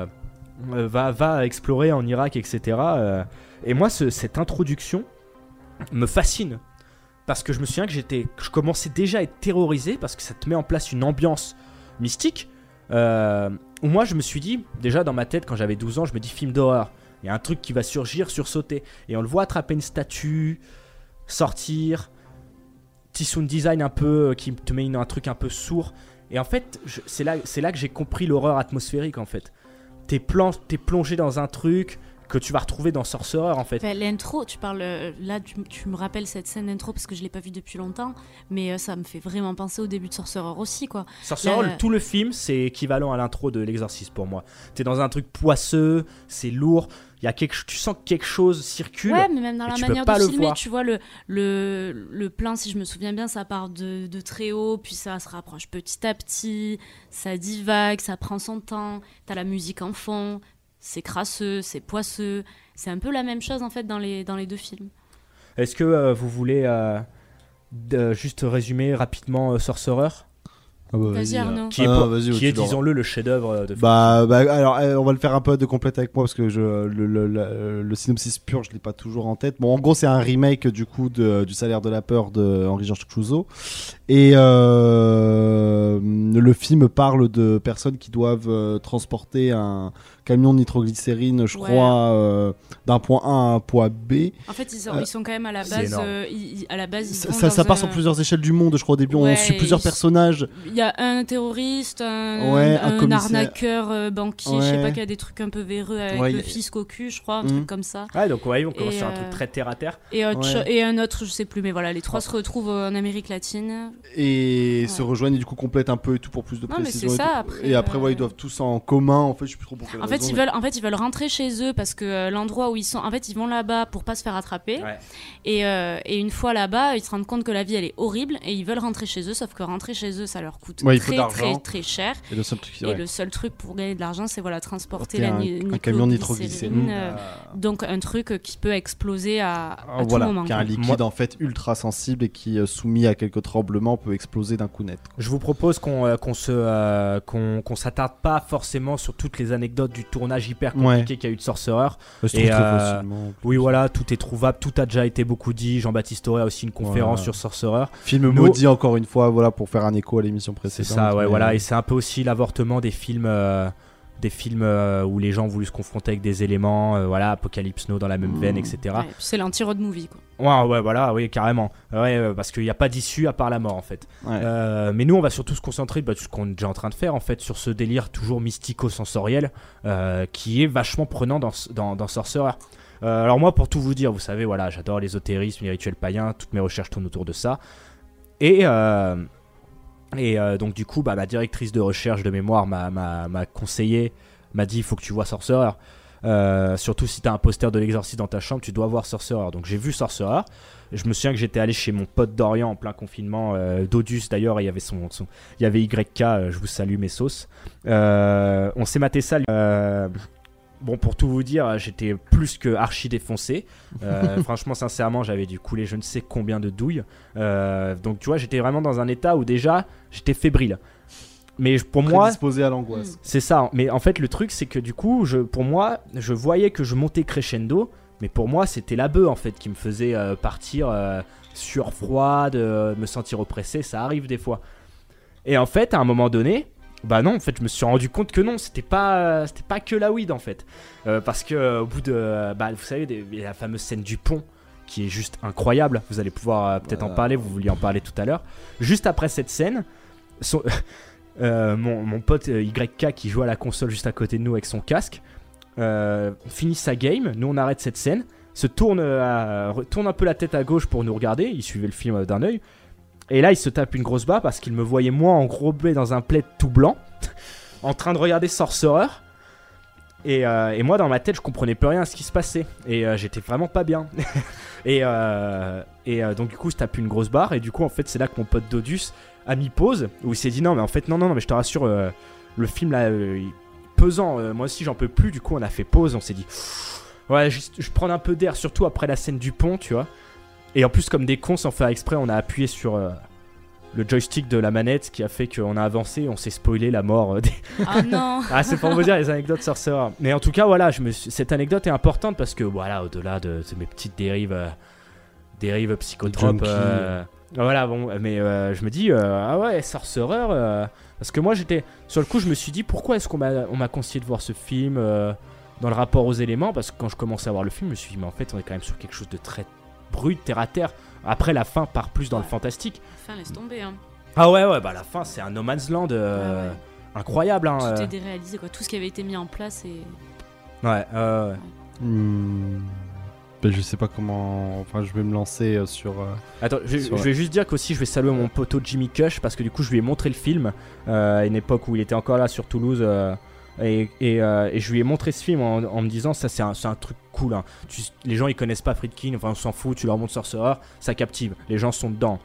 va explorer en Irak, etc. Et moi cette introduction me fascine. Parce que je me souviens que je commençais déjà à être terrorisé, parce que ça te met en place une ambiance mystique, où moi je me suis dit, déjà dans ma tête quand j'avais 12 ans, je me dis film d'horreur, il y a un truc qui va sursauter, et on le voit attraper une statue, sortir, petit sound design un peu qui te met un truc un peu sourd, et en fait c'est là que j'ai compris l'horreur atmosphérique, en fait. T'es plongé dans un truc que tu vas retrouver dans Sorcerer, en fait. L'intro, tu parles là, tu me rappelles cette scène d'intro parce que je l'ai pas vue depuis longtemps, mais ça me fait vraiment penser au début de Sorcerer aussi, quoi. Sorcerer, tout le film, c'est équivalent à l'intro de l'Exorciste pour moi. T'es dans un truc poisseux, c'est lourd, tu sens que quelque chose circule. Ouais, mais même dans la manière de filmer, tu vois le plan, si je me souviens bien, ça part de très haut, puis ça se rapproche petit à petit, ça divague, ça prend son temps, t'as la musique en fond. C'est crasseux, c'est poisseux. C'est un peu la même chose en fait dans les deux films. Est-ce que vous voulez juste résumer rapidement Sorcerer ? Vas-y Arnaud. Qui est disons-le, le chef-d'œuvre de alors on va le faire un peu de complète avec moi, parce que le synopsis pur je l'ai pas toujours en tête. Bon, en gros c'est un remake du coup du Salaire de la peur de Henri-Georges Clouzot, et le film parle de personnes qui doivent transporter un camion de nitroglycérine, je crois, d'un point A à un point B. En fait, ils sont quand même à la base. Ça part sur plusieurs échelles du monde, je crois. Au début, on suit plusieurs personnages. Il y a un terroriste, un arnaqueur banquier, je sais pas, qui a des trucs un peu véreux avec le fisc au cul, je crois, un truc comme ça. Ouais, donc on commence sur un truc très terre à terre. Et un autre, je sais plus, mais voilà, les trois se retrouvent en Amérique latine. Et se rejoignent et du coup complètent un peu et tout pour plus de précision. Mais c'est ça, après, ils doivent tous en commun, en fait, je sais plus trop pour quelle raison. Ils veulent rentrer chez eux parce que l'endroit où ils sont, en fait, ils vont là-bas pour pas se faire attraper. Ouais. Et une fois là-bas, ils se rendent compte que la vie elle est horrible et ils veulent rentrer chez eux, sauf que rentrer chez eux, ça leur coûte très cher. Et le seul truc pour gagner de l'argent, c'est transporter un camion de nitroglycérine. Donc un truc qui peut exploser à tout moment. Qui a un liquide en fait ultra sensible et qui, soumis à quelques tremblements, peut exploser d'un coup net. Je vous propose qu'on s'attarde pas forcément sur toutes les anecdotes du tournage hyper compliqué qu'il y a eu de Sorcerer. Oui, voilà, tout est trouvable, tout a déjà été beaucoup dit. Jean-Baptiste Auré a aussi une conférence sur Sorcerer. Film maudit, encore une fois, voilà, pour faire un écho à l'émission précédente. C'est ça, voilà, et c'est un peu aussi l'avortement des films où les gens ont voulu se confronter avec des éléments, Apocalypse Now dans la même veine, etc. Ouais, c'est l'anti-road movie, quoi. Ouais, voilà, oui, carrément. Parce qu'il n'y a pas d'issue à part la mort, en fait. Ouais. Mais nous, on va surtout se concentrer sur ce qu'on est déjà en train de faire, en fait, sur ce délire toujours mystico-sensoriel qui est vachement prenant dans Sorcerer. Alors moi, pour tout vous dire, vous savez, voilà, j'adore l'ésotérisme, les rituels païens, toutes mes recherches tournent autour de ça. Et donc du coup, ma directrice de recherche de mémoire m'a conseillé, m'a dit, il faut que tu vois Sorcerer. Surtout si t'as un poster de l'Exorciste dans ta chambre, tu dois voir Sorcerer. Donc j'ai vu Sorcerer. Je me souviens que j'étais allé chez mon pote Dorian en plein confinement, Dodus d'ailleurs, et il y avait YK, je vous salue mes sauces. On s'est maté ça. Bon, pour tout vous dire, j'étais plus que archi défoncé. Franchement, sincèrement, j'avais dû couler je ne sais combien de douilles. Donc tu vois, j'étais vraiment dans un état où déjà j'étais fébrile. Mais pour moi, disposé à l'angoisse. C'est ça. Mais en fait, le truc, c'est que du coup, pour moi, je voyais que je montais crescendo. Mais pour moi, c'était la bœuf en fait qui me faisait partir sueur froide, me sentir oppressé. Ça arrive des fois. Et en fait, à un moment donné, bah non, en fait, je me suis rendu compte que non, c'était pas que la weed en fait. Parce que au bout de, vous savez, il y a la fameuse scène du pont qui est juste incroyable. Vous allez pouvoir peut-être en parler. Vous vouliez en parler tout à l'heure. Juste après cette scène, mon pote YK qui joue à la console juste à côté de nous avec son casque. Finit sa game, nous on arrête cette scène, tourne un peu la tête à gauche pour nous regarder, il suivait le film d'un œil, et là il se tape une grosse barre parce qu'il me voyait moi englobé dans un plaid tout blanc, en train de regarder Sorcerer, et moi dans ma tête je comprenais plus rien à ce qui se passait, et j'étais vraiment pas bien, et donc du coup je tape une grosse barre, et du coup en fait c'est là que mon pote Dodus a mis pause, où il s'est dit non mais je te rassure, le film là... pesant, moi aussi j'en peux plus, du coup on a fait pause, on s'est dit ouais je prends un peu d'air, surtout après la scène du pont, tu vois, et en plus comme des cons sans faire exprès on a appuyé sur le joystick de la manette, qui a fait qu'on a avancé, on s'est spoilé la mort des... Ah non. Ah, c'est pour vous dire les anecdotes Sorcerer, mais en tout cas voilà, cette anecdote est importante parce que voilà, au-delà de mes petites dérives psychotropes, voilà, bon, mais je me dis ah ouais, Sorcerer, parce que moi j'étais sur le coup, je me suis dit pourquoi est-ce qu'on m'a conseillé de voir ce film dans le rapport aux éléments, parce que quand je commençais à voir le film, je me suis dit mais en fait on est quand même sur quelque chose de très brut, terre à terre. Après la fin part plus dans le fantastique. La fin laisse tomber hein. Ah ouais, la fin c'est un no man's land incroyable hein, tout est déréalisé quoi, tout ce qui avait été mis en place et... Je sais pas comment. Enfin, je vais me lancer sur. Attends, je vais juste dire qu'aussi je vais saluer mon poteau Jimmy Cush, parce que du coup je lui ai montré le film à une époque où il était encore là sur Toulouse, et je lui ai montré ce film en me disant ça c'est un truc cool hein. Les gens ils connaissent pas Friedkin, enfin on s'en fout, tu leur montres Sorcerer, ça captive, les gens sont dedans.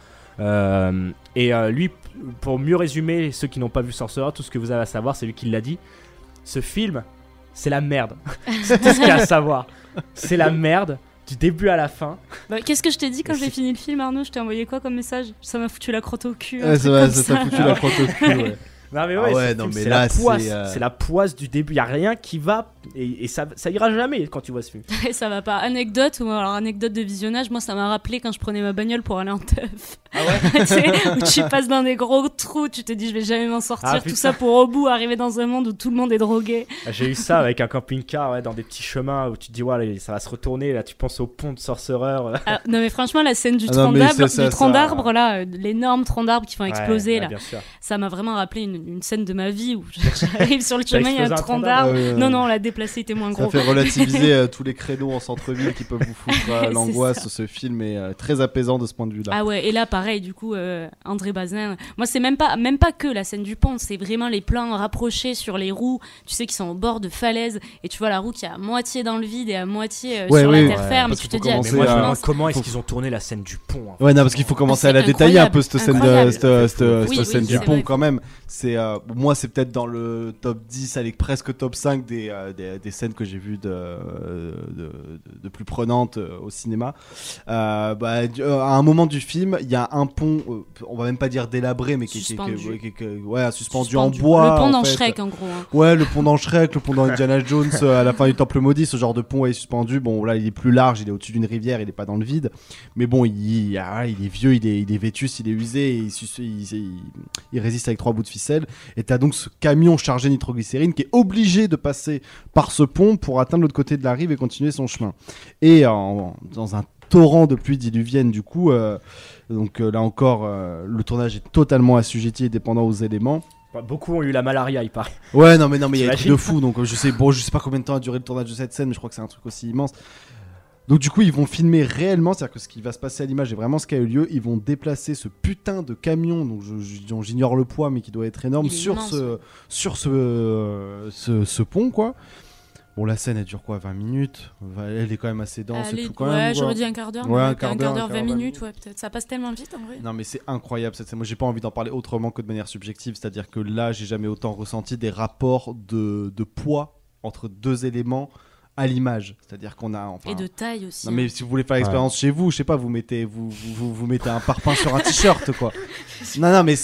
Lui, pour mieux résumer ceux qui n'ont pas vu Sorcerer, tout ce que vous avez à savoir, c'est lui qui l'a dit. Ce film, c'est la merde. C'est tout ce qu'il y a à savoir. C'est la merde du début à la fin. Qu'est-ce que je t'ai dit quand j'ai fini le film, Arnaud? Je t'ai envoyé quoi comme message? Ça m'a foutu la crotte au cul. Ouais, ça t'a foutu la crotte au cul, ouais. Non mais ouais, c'est la poisse. C'est la poisse du début. Il y a rien qui va et ça ira jamais quand tu vois ce film. Ça va pas. Anecdote de visionnage. Moi, ça m'a rappelé quand je prenais ma bagnole pour aller en teuf. Ah ouais. Tu sais, où tu passes dans des gros trous, tu te dis je vais jamais m'en sortir. Tout ça pour au bout arriver dans un monde où tout le monde est drogué. J'ai eu ça avec un camping-car, dans des petits chemins où tu te dis ouais, ça va se retourner. Là, tu penses au pont de Sorcerer. Non mais franchement, la scène du tronc d'arbre là, l'énorme tronc d'arbre qui font exploser là, ça m'a vraiment rappelé une scène de ma vie où j'arrive sur le chemin, il y a un tronc d'arbre. Non, la déplacer était moins gros. Ça fait relativiser tous les créneaux en centre-ville qui peuvent vous foutre l'angoisse. Ce film est très apaisant de ce point de vue-là. Ah ouais, et là pareil, du coup, André Bazin. Moi, c'est même pas que la scène du pont, c'est vraiment les plans rapprochés sur les roues, tu sais, qui sont au bord de falaises, et tu vois la roue qui est à moitié dans le vide et à moitié sur la terre ferme. Tu te dis, comment est-ce qu'ils ont tourné la scène du pont hein, ouais, non, parce qu'il faut commencer à la détailler un peu cette scène du pont quand même. C'est moi, c'est peut-être dans le top 10, elle est presque top 5 des scènes que j'ai vues de plus prenantes au cinéma. À un moment du film, il y a un pont, on va même pas dire délabré, mais suspendu en bois. Le pont dans Shrek, en gros. Hein. Ouais, le pont dans Shrek, le pont dans Indiana Jones, à la fin du Temple Maudit, ce genre de pont est suspendu. Bon, là, il est plus large, il est au-dessus d'une rivière, il est pas dans le vide. Mais bon, il est vieux, il est vétus, il est usé, et il résiste avec 3 bouts de ficelle. Et t'as donc ce camion chargé de nitroglycérine qui est obligé de passer par ce pont pour atteindre l'autre côté de la rive et continuer son chemin. Et dans un torrent de pluie diluvienne, du coup, là encore, le tournage est totalement assujetti et dépendant aux éléments. Beaucoup ont eu la malaria, il paraît. Ouais, non, mais il y a des trucs de fou. Donc je sais pas combien de temps a duré le tournage de cette scène, mais je crois que c'est un truc aussi immense. Donc du coup, ils vont filmer réellement, c'est-à-dire que ce qui va se passer à l'image est vraiment ce qui a eu lieu. Ils vont déplacer ce putain de camion, dont j'ignore le poids, mais qui doit être énorme, sur ce pont, quoi. Bon, la scène elle dure quoi, 20 minutes? Elle est quand même assez dense et tout quand ouais, même. J'aurais dit un quart d'heure. Ouais, un quart d'heure, 20 minutes, ouais, peut-être. Ça passe tellement vite en vrai. Non, mais c'est incroyable cette scène. Moi, j'ai pas envie d'en parler autrement que de manière subjective. C'est-à-dire que là, j'ai jamais autant ressenti des rapports de poids entre deux éléments à l'image. C'est-à-dire qu'on a. Et de taille aussi. Non, mais si vous voulez faire l'expérience chez vous, je sais pas, vous mettez un parpaing sur un t-shirt, quoi. Non, mais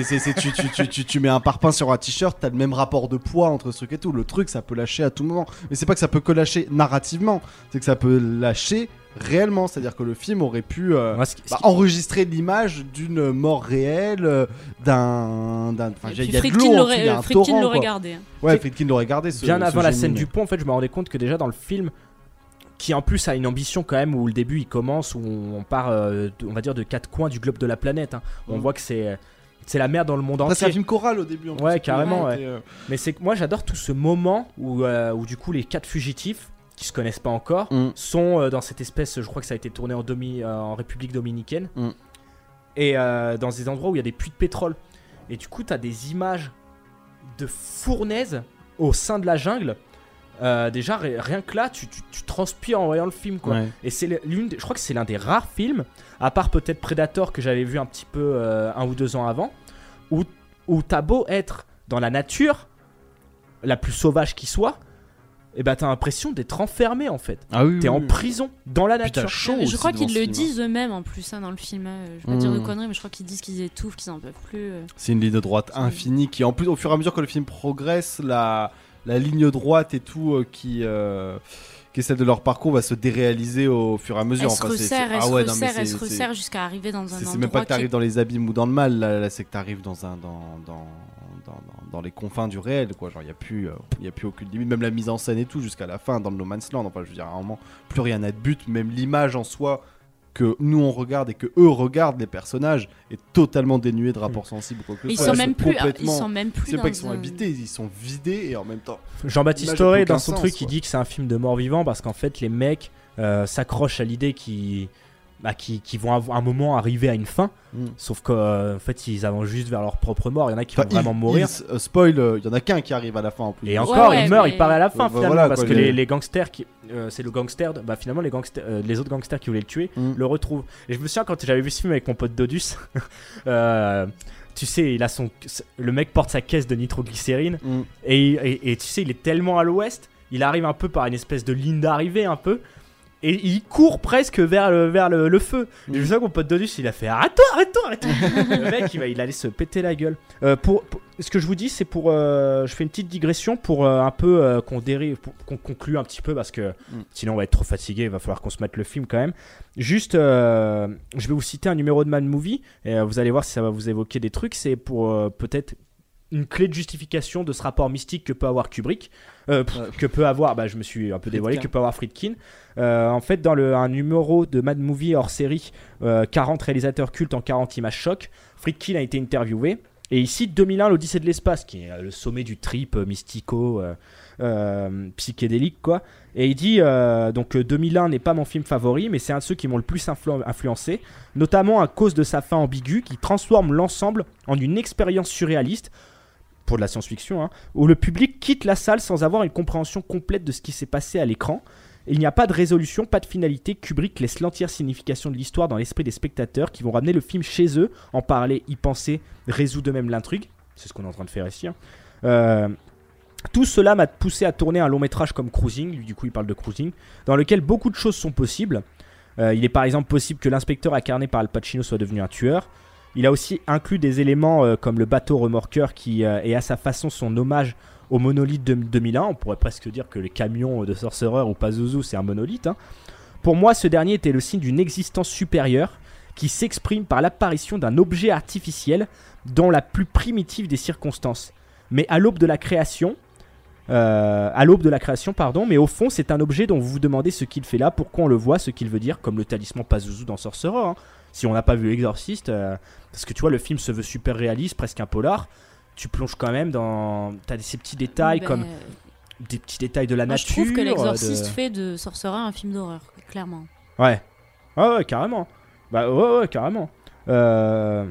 tu mets un parpaing sur un t-shirt, t'as le même rapport de poids entre ce truc et tout. Le truc, ça peut lâcher à tout moment. Mais c'est pas que ça peut que lâcher narrativement, c'est que ça peut lâcher réellement. C'est-à-dire que le film aurait pu enregistrer l'image d'une mort réelle, d'un. Il y a de l'eau, il y a un torrent. Friedkin l'aurait gardé. Ouais, Friedkin l'aurait gardé. Bien avant la scène du pont, en fait, je me rendais compte que déjà dans le film, qui en plus a une ambition quand même, où le début il commence, où on part, on va dire, de 4 coins du globe de la planète. Hein. On voit que c'est la merde dans le monde entier. C'est un film choral au début. Ouais, carrément. Ouais. Mais c'est que moi j'adore tout ce moment où du coup les 4 fugitifs qui se connaissent pas encore sont dans cette espèce, je crois que ça a été tourné en République dominicaine, et dans des endroits où il y a des puits de pétrole. Et du coup t'as des images de fournaise au sein de la jungle. Déjà rien que là tu transpires en voyant le film, quoi. Ouais. Et c'est je crois que c'est l'un des rares films, à part peut-être Predator que j'avais vu un petit peu 1 ou 2 ans avant, où t'as beau être dans la nature la plus sauvage qui soit, et bah t'as l'impression d'être enfermé en fait. Ah oui, t'es en prison dans la nature. Je crois qu'ils le disent eux-mêmes en plus dans le film. Je vais pas dire de conneries, mais je crois qu'ils disent qu'ils étouffent, qu'ils en peuvent plus. C'est une ligne de droite infinie qui, en plus, au fur et à mesure que le film progresse, la ligne droite et tout qui est celle de leur parcours va se déréaliser au fur et à mesure. Elle se resserre jusqu'à arriver dans un endroit. C'est même pas que t'arrives dans les abîmes ou dans le mal, là c'est que t'arrives dans les confins du réel, quoi. Genre, il y a plus aucune limite, même la mise en scène et tout, jusqu'à la fin, dans le No Man's Land. Enfin, je veux dire, à un moment, plus rien n'a de but, même l'image en soi que nous on regarde et que eux regardent, les personnages, est totalement dénué de rapports sensibles. Ils sont même plus. C'est pas qu'ils sont habités, ils sont vidés et en même temps. Jean-Baptiste Toré, dans son truc, il dit que c'est un film de mort-vivant parce qu'en fait, les mecs s'accrochent à l'idée qui vont à un moment arriver à une fin, sauf qu'en fait ils avancent juste vers leur propre mort. Il y en a qui vont vraiment mourir. Spoil, il y en a qu'un qui arrive à la fin en plus. Et encore, il meurt, il part à la fin finalement, voilà, parce que les gangsters, c'est le gangster, finalement les autres gangsters qui voulaient le tuer le retrouvent. Et je me souviens quand j'avais vu ce film avec mon pote Dodus, tu sais, le mec porte sa caisse de nitroglycérine et tu sais, il est tellement à l'ouest, il arrive un peu par une espèce de ligne d'arrivée un peu. Et il court presque vers le feu. Et je sais que mon pote Dodus, il a fait arrête-toi. Le mec, il allait se péter la gueule. Ce que je vous dis, c'est pour. Je fais une petite digression pour un peu qu'on conclue un petit peu, parce que sinon on va être trop fatigué. Il va falloir qu'on se mette le film quand même. Juste, je vais vous citer un numéro de Mad Movie. Et vous allez voir si ça va vous évoquer des trucs. C'est pour peut-être une clé de justification de ce rapport mystique que peut avoir Kubrick, que peut avoir, je me suis un peu dévoilé, que peut avoir Friedkin. En fait, dans un numéro de Mad Movie hors série, 40 réalisateurs cultes en 40 images choc, Friedkin a été interviewé. Et il cite 2001, l'Odyssée de l'espace, qui est le sommet du trip mystico, psychédélique, quoi. Et il dit, donc 2001 n'est pas mon film favori, mais c'est un de ceux qui m'ont le plus influencé, notamment à cause de sa fin ambiguë, qui transforme l'ensemble en une expérience surréaliste, pour de la science-fiction, où le public quitte la salle sans avoir une compréhension complète de ce qui s'est passé à l'écran. Il n'y a pas de résolution, pas de finalité. Kubrick laisse l'entière signification de l'histoire dans l'esprit des spectateurs qui vont ramener le film chez eux, en parler, y penser, résoudre eux-mêmes l'intrigue. C'est ce qu'on est en train de faire ici. Tout cela m'a poussé à tourner un long métrage comme Cruising, lui du coup il parle de Cruising, dans lequel beaucoup de choses sont possibles. Il est par exemple possible que l'inspecteur incarné par Al Pacino soit devenu un tueur. Il a aussi inclus des éléments comme le bateau remorqueur qui est à sa façon son hommage au monolithe de 2001. On pourrait presque dire que les camions de Sorcerer ou Pazuzu c'est un monolithe. Pour moi, ce dernier était le signe d'une existence supérieure qui s'exprime par l'apparition d'un objet artificiel dans la plus primitive des circonstances. Mais à l'aube de la création, mais au fond c'est un objet dont vous vous demandez ce qu'il fait là, pourquoi on le voit, ce qu'il veut dire, comme le talisman Pazuzu dans Sorcerer. Si on n'a pas vu L'Exorciste, parce que tu vois le film se veut super réaliste, presque un polar, tu plonges quand même dans... T'as ces petits détails comme des petits détails de la nature. Je trouve que L'Exorciste fait de Sorcerer un film d'horreur, clairement. Ouais, carrément. Ouais, carrément. Voilà,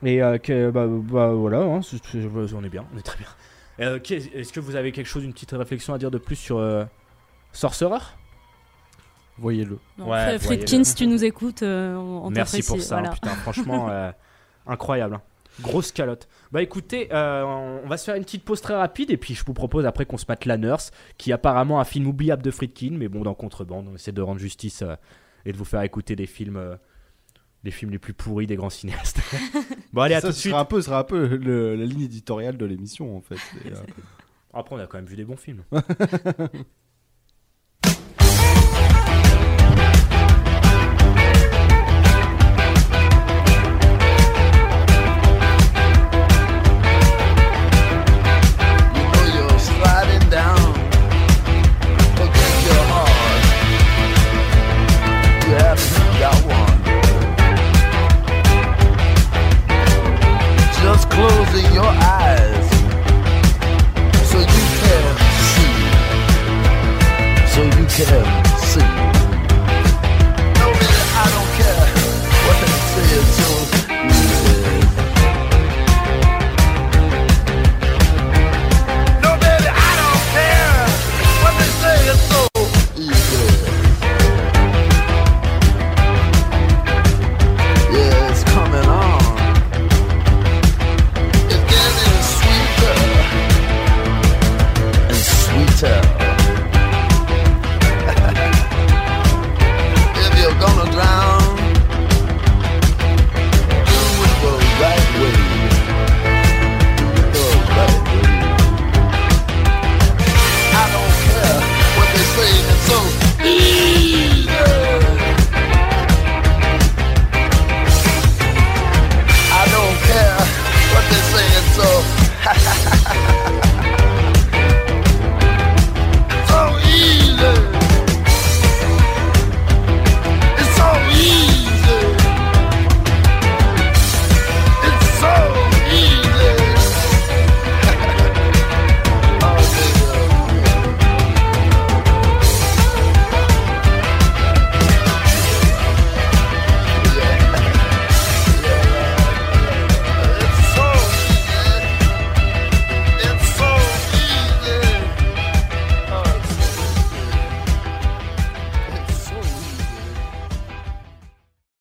on est bien, on est très bien. Est-ce que vous avez quelque chose, une petite réflexion à dire de plus sur Sorcerer. Voyez-le. Ouais, Friedkin, si tu nous écoutes, on merci t'apprécie. pour ça, Voilà. putain, franchement, incroyable. Hein. Grosse calotte. Bah écoutez, on va se faire une petite pause très rapide et puis je vous propose après qu'on se mette La Nurse, qui est apparemment un film oubliable de Friedkin, mais bon, dans Contrebande, on essaie de rendre justice et de vous faire écouter des films les plus pourris des grands cinéastes. Bon, allez, à tout de suite. Ce sera un peu la ligne éditoriale de l'émission, en fait. Après, on a quand même vu des bons films.